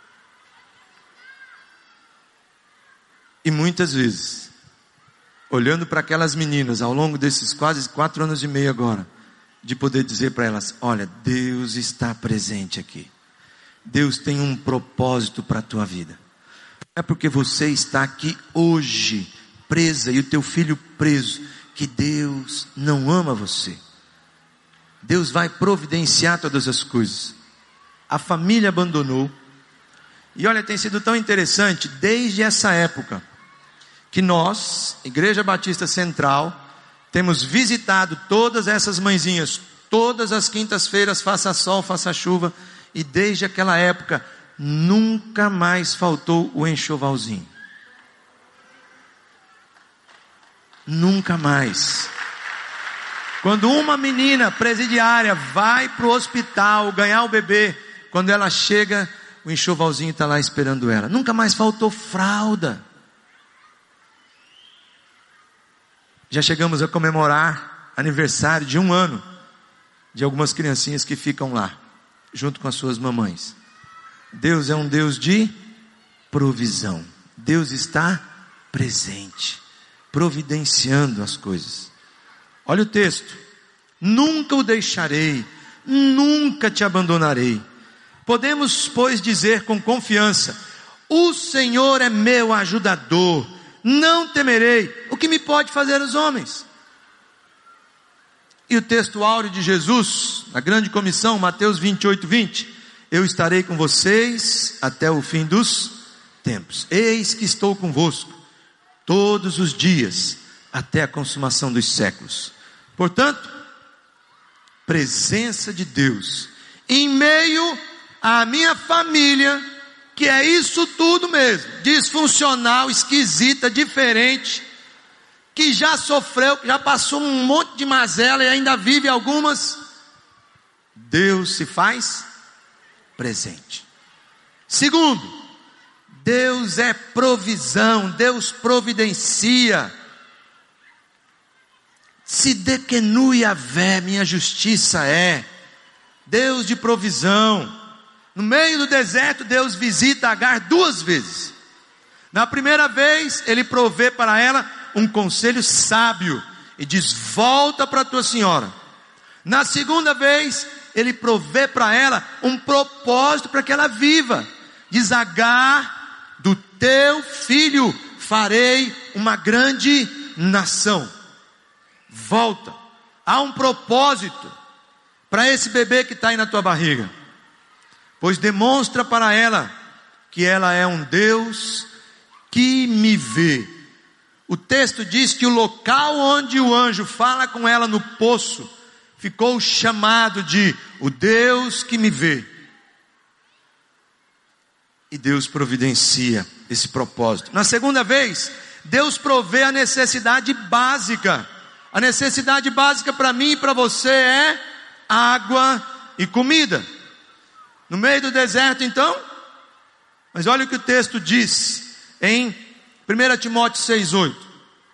e muitas vezes, olhando para aquelas meninas, ao longo desses quase quatro anos e meio agora, de poder dizer para elas: olha, Deus está presente aqui, Deus tem um propósito para a tua vida. Não é porque você está aqui hoje, presa, e o teu filho preso, que Deus não ama você. Deus vai providenciar todas as coisas. A família abandonou. E olha, tem sido tão interessante, desde essa época, que nós, Igreja Batista Central, temos visitado todas essas mãezinhas, todas as quintas-feiras, faça sol, faça chuva, e desde aquela época, nunca mais faltou o enxovalzinho. Nunca mais. Quando uma menina presidiária vai para o hospital ganhar o bebê, quando ela chega, o enxovalzinho está lá esperando ela. Nunca mais faltou fralda. Já chegamos a comemorar aniversário de um ano de algumas criancinhas que ficam lá, junto com as suas mamães. Deus é um Deus de provisão. Deus está presente. providenciando as coisas. Olha o texto: nunca o deixarei, nunca te abandonarei. Podemos, pois, dizer com confiança: o Senhor é meu ajudador, não temerei o que me pode fazer os homens. E o texto áureo de Jesus, na grande comissão, Mateus vinte e oito, vinte: eu estarei com vocês até o fim dos tempos. Eis que estou convosco todos os dias, até a consumação dos séculos. Portanto, presença de Deus em meio à minha família, que é isso tudo mesmo, disfuncional, esquisita, diferente, que já sofreu, que já passou um monte de mazela e ainda vive algumas. Deus se faz presente. Segundo, Deus é provisão, Deus providencia. Sidekenu Yavé, minha justiça é. Deus de provisão. No meio do deserto, Deus visita Agar duas vezes. Na primeira vez, Ele provê para ela um conselho sábio e diz: volta para tua senhora. Na segunda vez, Ele provê para ela um propósito para que ela viva. Diz: Agar, do teu filho farei uma grande nação. Volta, há um propósito para esse bebê que está aí na tua barriga, pois demonstra para ela que ela é um Deus que me vê. O texto diz que o local onde o anjo fala com ela no poço ficou chamado de o Deus que me vê. E Deus providencia esse propósito. Na segunda vez, Deus provê a necessidade básica. A necessidade básica para mim e para você é água e comida. No meio do deserto, então, mas olha o que o texto diz em primeira Timóteo seis, oito.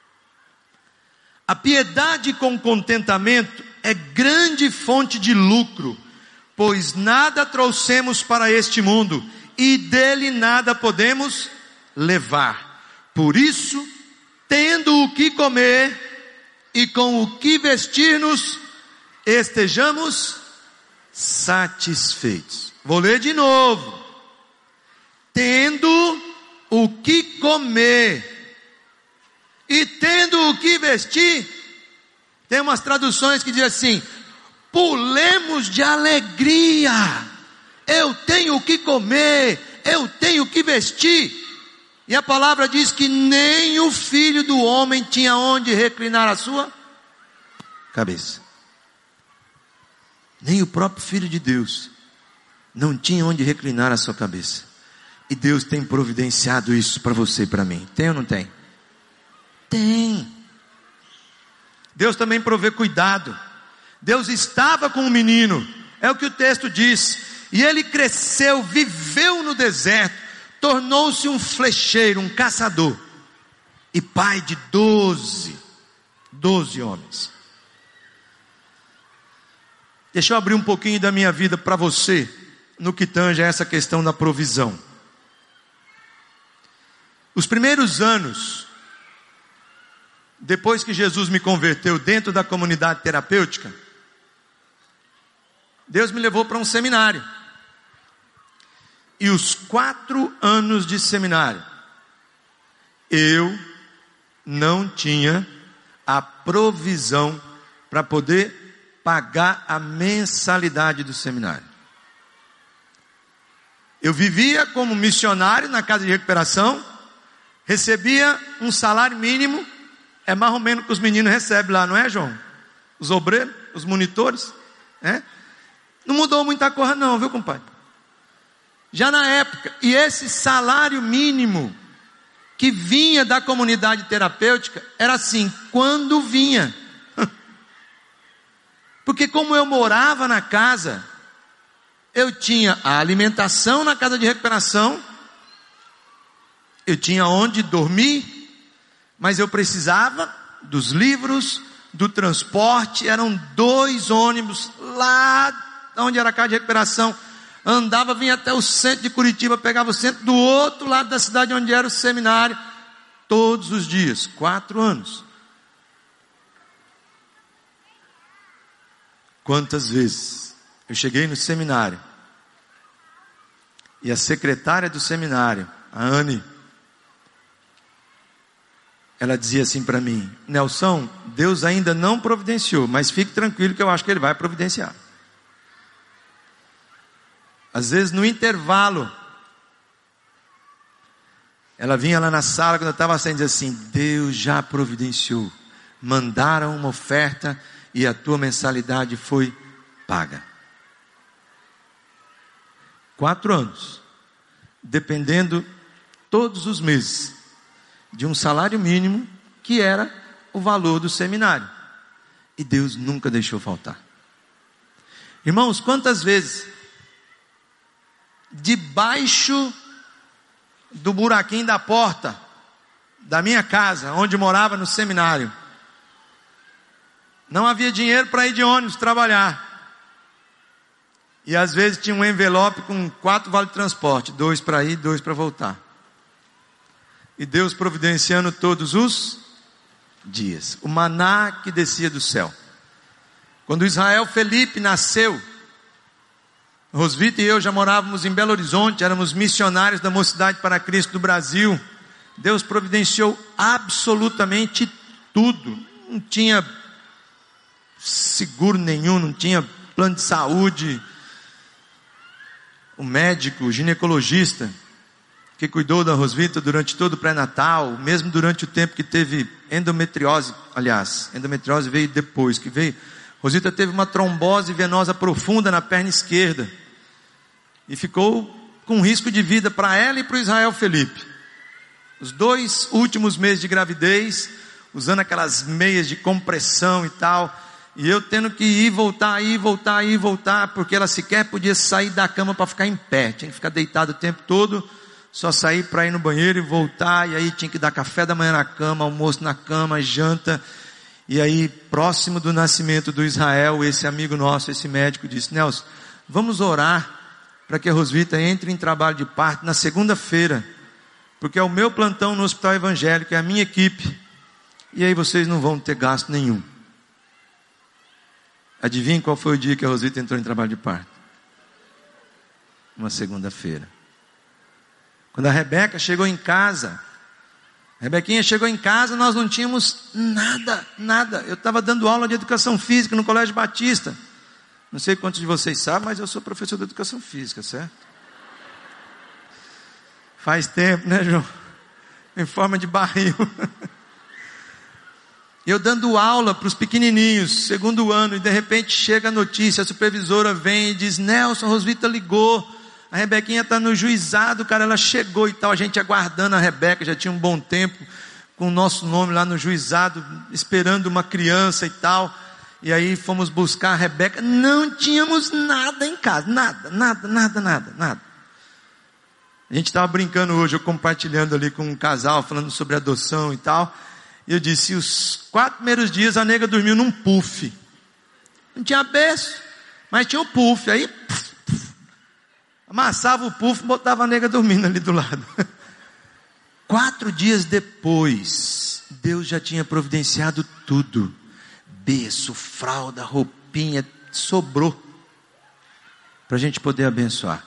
A piedade com contentamento é grande fonte de lucro, pois nada trouxemos para este mundo e dele nada podemos levar. Por isso, tendo o que comer e com o que vestir-nos, estejamos satisfeitos. Vou ler de novo. Tendo o que comer e tendo o que vestir. Tem umas traduções que dizem assim: pulemos de alegria. Eu tenho o que comer, eu tenho o que vestir. E a palavra diz que nem o filho do homem tinha onde reclinar a sua cabeça. Nem o próprio filho de Deus não tinha onde reclinar a sua cabeça. E Deus tem providenciado isso para você e para mim. Tem ou não tem? Tem. Deus também provê cuidado. Deus estava com o menino, é o que o texto diz. E ele cresceu, viveu no deserto, tornou-se um flecheiro, um caçador, e pai de doze, doze homens. Deixa eu abrir um pouquinho da minha vida para você, no que tange a essa questão da provisão. Os primeiros anos, depois que Jesus me converteu dentro da comunidade terapêutica, Deus me levou para um seminário. E os quatro anos de seminário, eu não tinha a provisão para poder pagar a mensalidade do seminário. Eu vivia como missionário na casa de recuperação, recebia um salário mínimo, é mais ou menos o que os meninos recebem lá, não é, João? Os obreiros, os monitores, né? Não mudou muita coisa não, viu, compadre? Já na época, e esse salário mínimo que vinha da comunidade terapêutica era assim, quando vinha. Porque como eu morava na casa, eu tinha a alimentação na casa de recuperação, eu tinha onde dormir, mas eu precisava dos livros, do transporte. Eram dois ônibus lá onde era a casa de recuperação, andava, vinha até o centro de Curitiba, pegava o centro do outro lado da cidade onde era o seminário, todos os dias, quatro anos. Quantas vezes eu cheguei no seminário e a secretária do seminário, a Anne, ela dizia assim para mim: Nelson, Deus ainda não providenciou, mas fique tranquilo que eu acho que Ele vai providenciar. Às vezes no intervalo, ela vinha lá na sala quando eu estava saindo e dizia assim: Deus já providenciou, mandaram uma oferta e a tua mensalidade foi paga. Quatro anos, dependendo todos os meses de um salário mínimo que era o valor do seminário. E Deus nunca deixou faltar. Irmãos, quantas vezes debaixo do buraquinho da porta da minha casa, onde morava no seminário, não havia dinheiro para ir de ônibus trabalhar. E às vezes tinha um envelope com quatro vale transporte, dois para ir, dois para voltar. E Deus providenciando todos os dias. O maná que descia do céu. Quando Israel Felipe nasceu, Rosvita e eu já morávamos em Belo Horizonte, éramos missionários da Mocidade para Cristo do Brasil. Deus providenciou absolutamente tudo. Não tinha seguro nenhum, não tinha plano de saúde. O médico, o ginecologista, que cuidou da Rosvita durante todo o pré-natal, mesmo durante o tempo que teve endometriose, aliás, endometriose veio depois, que veio, Rosvita teve uma trombose venosa profunda na perna esquerda, e ficou com risco de vida para ela e para o Israel Felipe. Os dois últimos meses de gravidez, usando aquelas meias de compressão e tal, e eu tendo que ir, voltar, ir, voltar, ir, voltar, porque ela sequer podia sair da cama para ficar em pé, tinha que ficar deitado o tempo todo, só sair para ir no banheiro e voltar, e aí tinha que dar café da manhã na cama, almoço na cama, janta. E aí, próximo do nascimento do Israel, esse amigo nosso, esse médico disse: Nelson, vamos orar para que a Rosvita entre em trabalho de parto na segunda-feira, porque é o meu plantão no hospital evangélico, é a minha equipe, e aí vocês não vão ter gasto nenhum. Adivinha qual foi o dia que a Rosvita entrou em trabalho de parto? Uma segunda-feira. Quando a Rebeca chegou em casa, a Rebequinha chegou em casa, nós não tínhamos nada, nada. Eu estava dando aula de educação física no Colégio Batista. Não sei quantos de vocês sabem, mas eu sou professor de educação física, certo? Faz tempo, né, João? Em forma de barril. Eu dando aula para os pequenininhos, segundo ano, e de repente chega a notícia, a supervisora vem e diz: Nelson, a Rosvita ligou, a Rebequinha está no juizado, cara, ela chegou e tal, a gente aguardando a Rebeca, já tinha um bom tempo, com o nosso nome lá no juizado, esperando uma criança e tal, e aí fomos buscar a Rebeca, não tínhamos nada em casa, nada, nada, nada, nada, nada. A gente estava brincando hoje, eu compartilhando ali com um casal, falando sobre adoção e tal, e eu disse: os quatro primeiros dias a nega dormiu num puff, não tinha berço, mas tinha um puff, aí puff, puff. Amassava o puff, botava a nega dormindo ali do lado. Quatro dias depois, Deus já tinha providenciado tudo, berço, fralda, roupinha, sobrou, para a gente poder abençoar.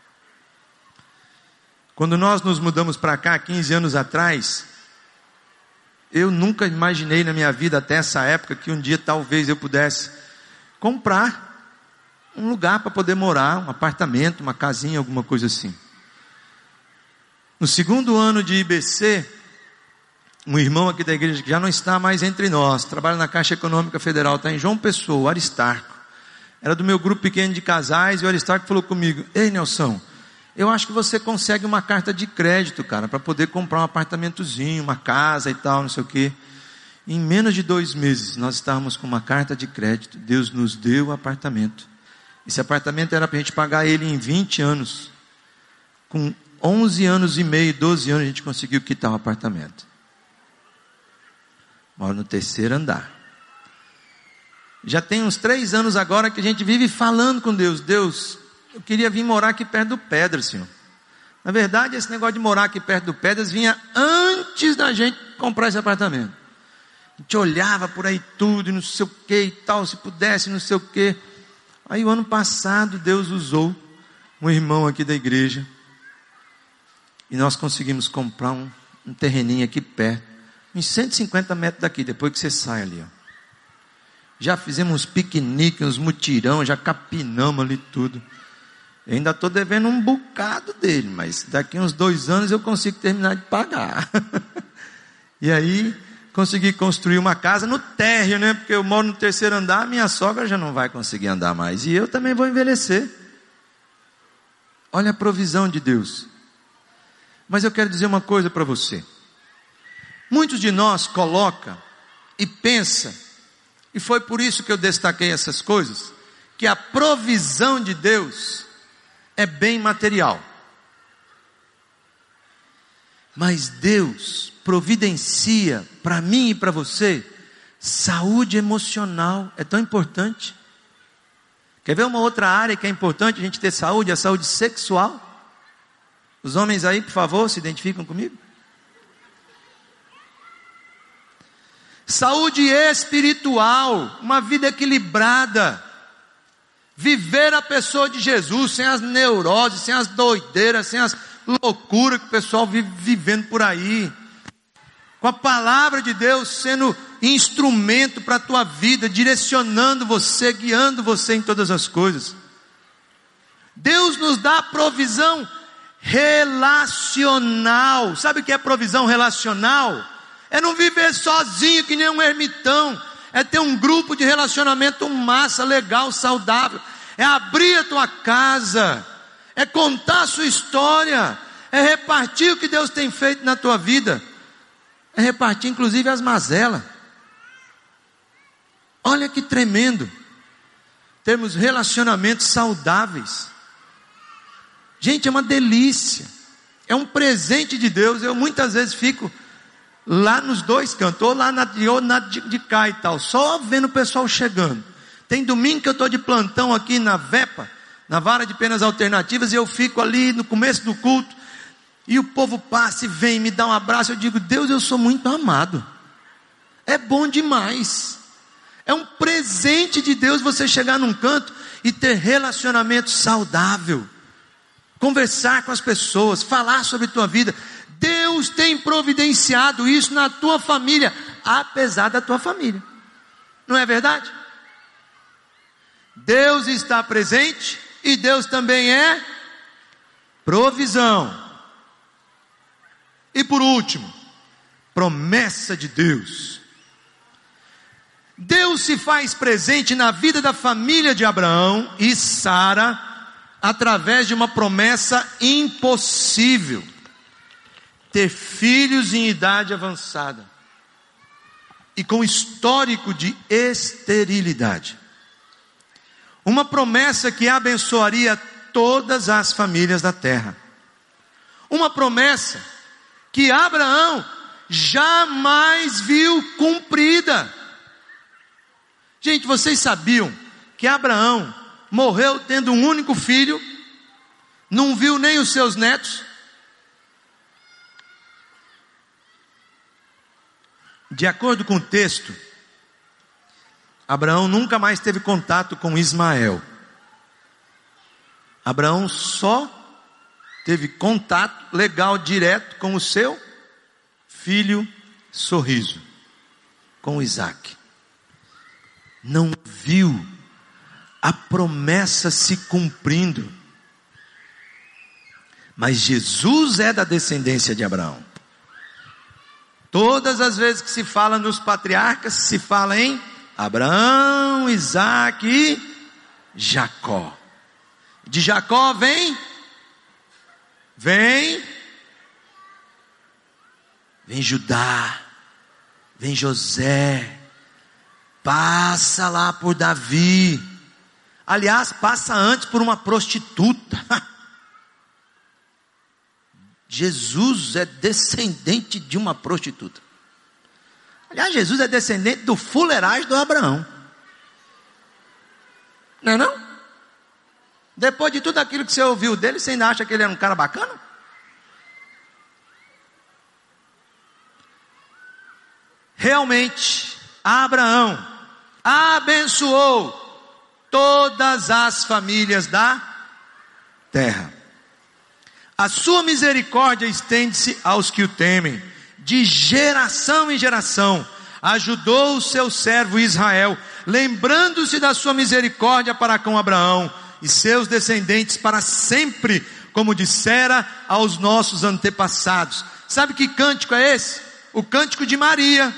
Quando nós nos mudamos para cá, quinze anos atrás, eu nunca imaginei na minha vida até essa época que um dia talvez eu pudesse comprar um lugar para poder morar, um apartamento, uma casinha, alguma coisa assim. No segundo ano de I B C, um irmão aqui da igreja que já não está mais entre nós, trabalha na Caixa Econômica Federal, está em João Pessoa, o Aristarco, era do meu grupo pequeno de casais, e o Aristarco falou comigo: ei, Nelson, eu acho que você consegue uma carta de crédito, cara, para poder comprar um apartamentozinho, uma casa e tal, não sei o quê. Em menos de dois meses, nós estávamos com uma carta de crédito. Deus nos deu o apartamento. Esse apartamento era para a gente pagar ele em vinte anos. Com onze anos e meio, doze anos, a gente conseguiu quitar o apartamento. Moro no terceiro andar. Já tem uns três anos agora que a gente vive falando com Deus: Deus, eu queria vir morar aqui perto do Pedra, Senhor. Na verdade, esse negócio de morar aqui perto do Pedras vinha antes da gente comprar esse apartamento. A gente olhava por aí tudo, e não sei o que e tal, se pudesse, não sei o que. Aí o ano passado Deus usou um irmão aqui da igreja. E nós conseguimos comprar um, um terreninho aqui perto. Uns cento e cinquenta metros daqui, depois que você sai ali. Ó. Já fizemos uns piqueniques, uns mutirão, já capinamos ali tudo. Eu ainda estou devendo um bocado dele, mas daqui uns dois anos eu consigo terminar de pagar. E aí, consegui construir uma casa no térreo, né? Porque eu moro no terceiro andar, minha sogra já não vai conseguir andar mais. E eu também vou envelhecer. Olha a provisão de Deus. Mas eu quero dizer uma coisa para você. Muitos de nós colocam e pensam, e foi por isso que eu destaquei essas coisas, que a provisão de Deus é bem material. Mas Deus providencia para mim e para você saúde emocional. É tão importante. Quer ver uma outra área que é importante a gente ter saúde? A saúde sexual. Os homens aí, por favor, se identificam comigo. Saúde espiritual, uma vida equilibrada. Viver a pessoa de Jesus, sem as neuroses, sem as doideiras, sem as loucuras que o pessoal vive vivendo por aí. Com a palavra de Deus sendo instrumento para a tua vida, direcionando você, guiando você em todas as coisas. Deus nos dá provisão relacional. Sabe o que é provisão relacional? É não viver sozinho que nem um ermitão. É ter um grupo de relacionamento massa, legal, saudável. É abrir a tua casa. É contar a sua história. É repartir o que Deus tem feito na tua vida. É repartir inclusive as mazelas. Olha que tremendo. Termos relacionamentos saudáveis. Gente, é uma delícia. É um presente de Deus. Eu muitas vezes fico lá nos dois cantos, ou lá na, ou na de, de cá e tal, só vendo o pessoal chegando. Tem domingo que eu estou de plantão aqui na VEPA, na Vara de Penas Alternativas, e eu fico ali no começo do culto, e o povo passa e vem, me dá um abraço, eu digo, Deus, eu sou muito amado. É bom demais. É um presente de Deus você chegar num canto e ter relacionamento saudável. Conversar com as pessoas, falar sobre tua vida. Deus tem providenciado isso na tua família, apesar da tua família. Não é verdade? Deus está presente e Deus também é provisão. E por último, promessa de Deus. Deus se faz presente na vida da família de Abraão e Sara através de uma promessa impossível: ter filhos em idade avançada e com histórico de esterilidade. Uma promessa que abençoaria todas as famílias da terra. Uma promessa que Abraão jamais viu cumprida. Gente, vocês sabiam que Abraão morreu tendo um único filho, não viu nem os seus netos? De acordo com o texto, Abraão nunca mais teve contato com Ismael. Abraão só teve contato legal direto com o seu filho sorriso, com Isaac. Não viu a promessa se cumprindo. Mas Jesus é da descendência de Abraão. Todas as vezes que se fala nos patriarcas, se fala em Abraão, Isaac e Jacó. De Jacó vem, vem, vem Judá, vem José, passa lá por Davi. Aliás, passa antes por uma prostituta. Jesus é descendente de uma prostituta. Aliás, Jesus é descendente do fuleiragem do Abraão. Não é não? Depois de tudo aquilo que você ouviu dele, você ainda acha que ele era um cara bacana? realmente Abraão abençoou todas as famílias da terra. A sua misericórdia estende-se aos que o temem, de geração em geração. Ajudou o seu servo Israel, lembrando-se da sua misericórdia para com Abraão e seus descendentes para sempre, como dissera aos nossos antepassados. Sabe que cântico é esse? O cântico de Maria.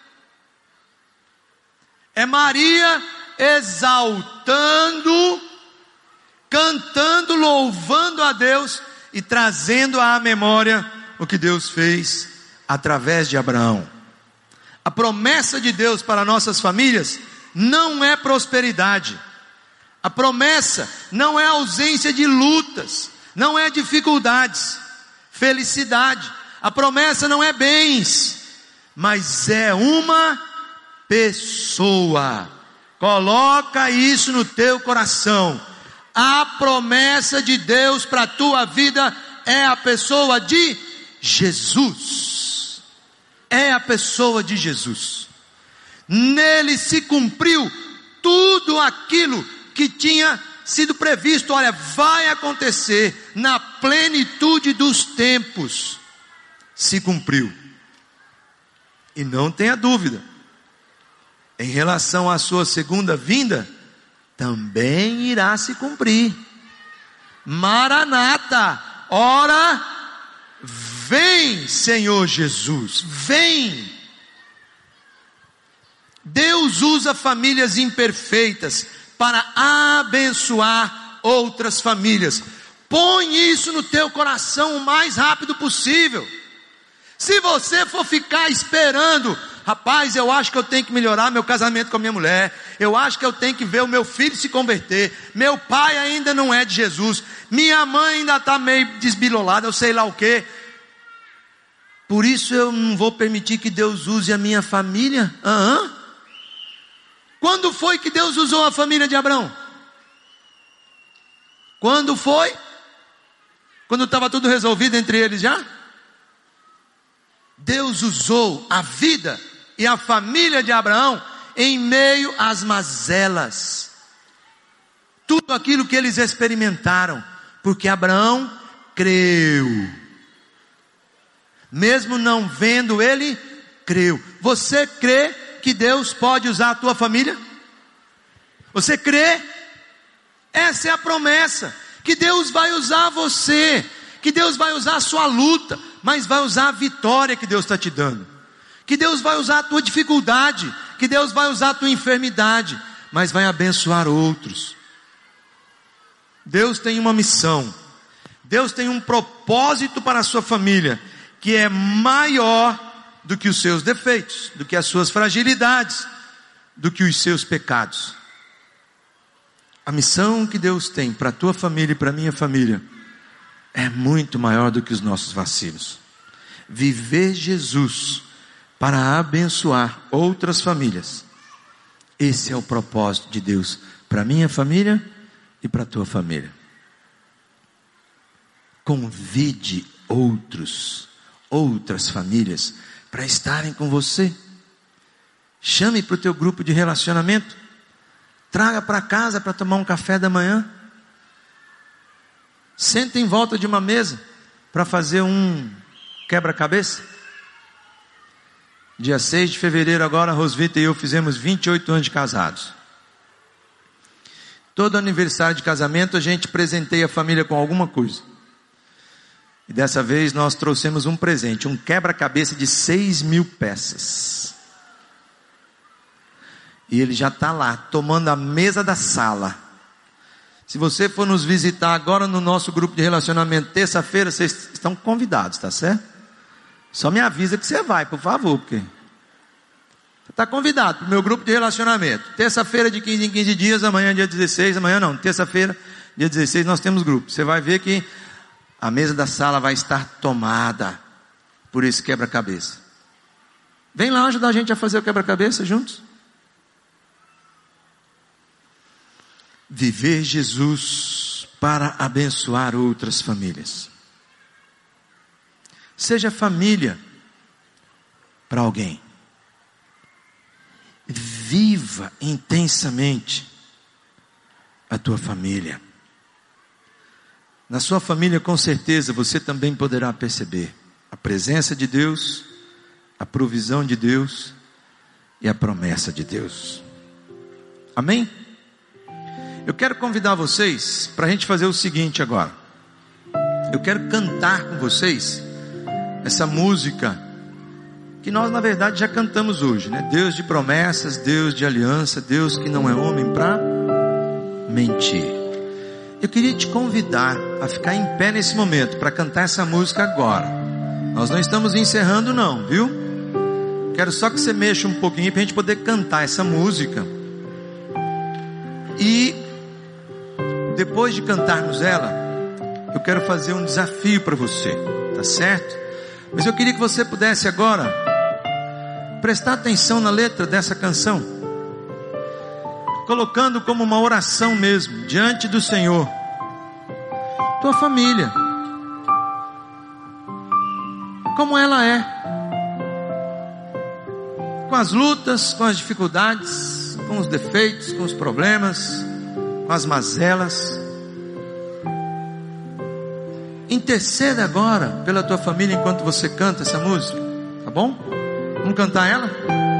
É Maria exaltando, cantando, louvando a Deus e trazendo à memória o que Deus fez através de Abraão. A promessa de Deus para nossas famílias não é prosperidade. A promessa não é ausência de lutas, não é dificuldades, felicidade. A promessa não é bens, mas é uma pessoa. Coloca isso no teu coração. A promessa de Deus para a tua vida é a pessoa de Jesus. É a pessoa de Jesus. Nele se cumpriu tudo aquilo que tinha sido previsto. Olha, vai acontecer na plenitude dos tempos. Se cumpriu. E não tenha dúvida, em relação à sua segunda vinda, também irá se cumprir. Maranata, ora, vem Senhor Jesus, vem. Deus usa famílias imperfeitas para abençoar outras famílias. Põe isso no teu coração o mais rápido possível. Se você for ficar esperando, rapaz, eu acho que eu tenho que melhorar meu casamento com a minha mulher, eu acho que eu tenho que ver o meu filho se converter, meu pai ainda não é de Jesus, minha mãe ainda está meio desbilolada, eu sei lá o que, por isso eu não vou permitir que Deus use a minha família. Uhum. Quando foi que Deus usou a família de Abraão? Quando foi? Quando estava tudo resolvido entre eles já? Deus usou a vida e a família de Abraão em meio às mazelas, tudo aquilo que eles experimentaram, porque Abraão creu, mesmo não vendo, ele creu. Você crê que Deus pode usar a tua família? Você crê? Essa é a promessa, que Deus vai usar você, que Deus vai usar a sua luta, mas vai usar a vitória que Deus está te dando, que Deus vai usar a tua dificuldade, que Deus vai usar a tua enfermidade, mas vai abençoar outros. Deus tem uma missão, Deus tem um propósito para a sua família, que é maior do que os seus defeitos, do que as suas fragilidades, do que os seus pecados. A missão que Deus tem para a tua família e para a minha família é muito maior do que os nossos vacilos. Viver Jesus para abençoar outras famílias. Esse é o propósito de Deus para a minha família e para a tua família. Convide outros, outras famílias para estarem com você. Chame para o teu grupo de relacionamento. Traga para casa para tomar um café da manhã. Senta em volta de uma mesa para fazer um quebra-cabeça. Dia seis de fevereiro agora, a Rosvita e eu fizemos vinte e oito anos de casados. Todo aniversário de casamento a gente presenteia a família com alguma coisa. E dessa vez nós trouxemos um presente, um quebra-cabeça de seis mil peças. E ele já está lá, tomando a mesa da sala. Se você for nos visitar agora no nosso grupo de relacionamento, terça-feira, vocês estão convidados, tá certo? Só me avisa que você vai, por favor, porque você está convidado para o meu grupo de relacionamento. Terça-feira de quinze em quinze dias, amanhã dia dezesseis, amanhã não, terça-feira, dia dezesseis, nós temos grupo. Você vai ver que a mesa da sala vai estar tomada por esse quebra-cabeça. Vem lá ajudar a gente a fazer o quebra-cabeça juntos. Viver Jesus para abençoar outras famílias. Seja família para alguém. viva intensamente a tua família. Na sua família, com certeza, você também poderá perceber a presença de Deus, a provisão de Deus e a promessa de Deus. Amém? Eu quero convidar vocês para a gente fazer o seguinte agora. Eu quero cantar com vocês essa música que nós na verdade já cantamos hoje, né? Deus de promessas, Deus de aliança, Deus que não é homem para mentir. Eu queria te convidar a ficar em pé nesse momento para cantar essa música agora. Nós não estamos encerrando não, viu? Quero só que você mexa um pouquinho para a gente poder cantar essa música. E depois de cantarmos ela, eu quero fazer um desafio para você, tá certo? Mas eu queria que você pudesse agora prestar atenção na letra dessa canção, colocando como uma oração mesmo, diante do Senhor, tua família, como ela é, com as lutas, com as dificuldades, com os defeitos, com os problemas, com as mazelas. Interceda agora pela tua família enquanto você canta essa música, tá bom? Vamos cantar ela?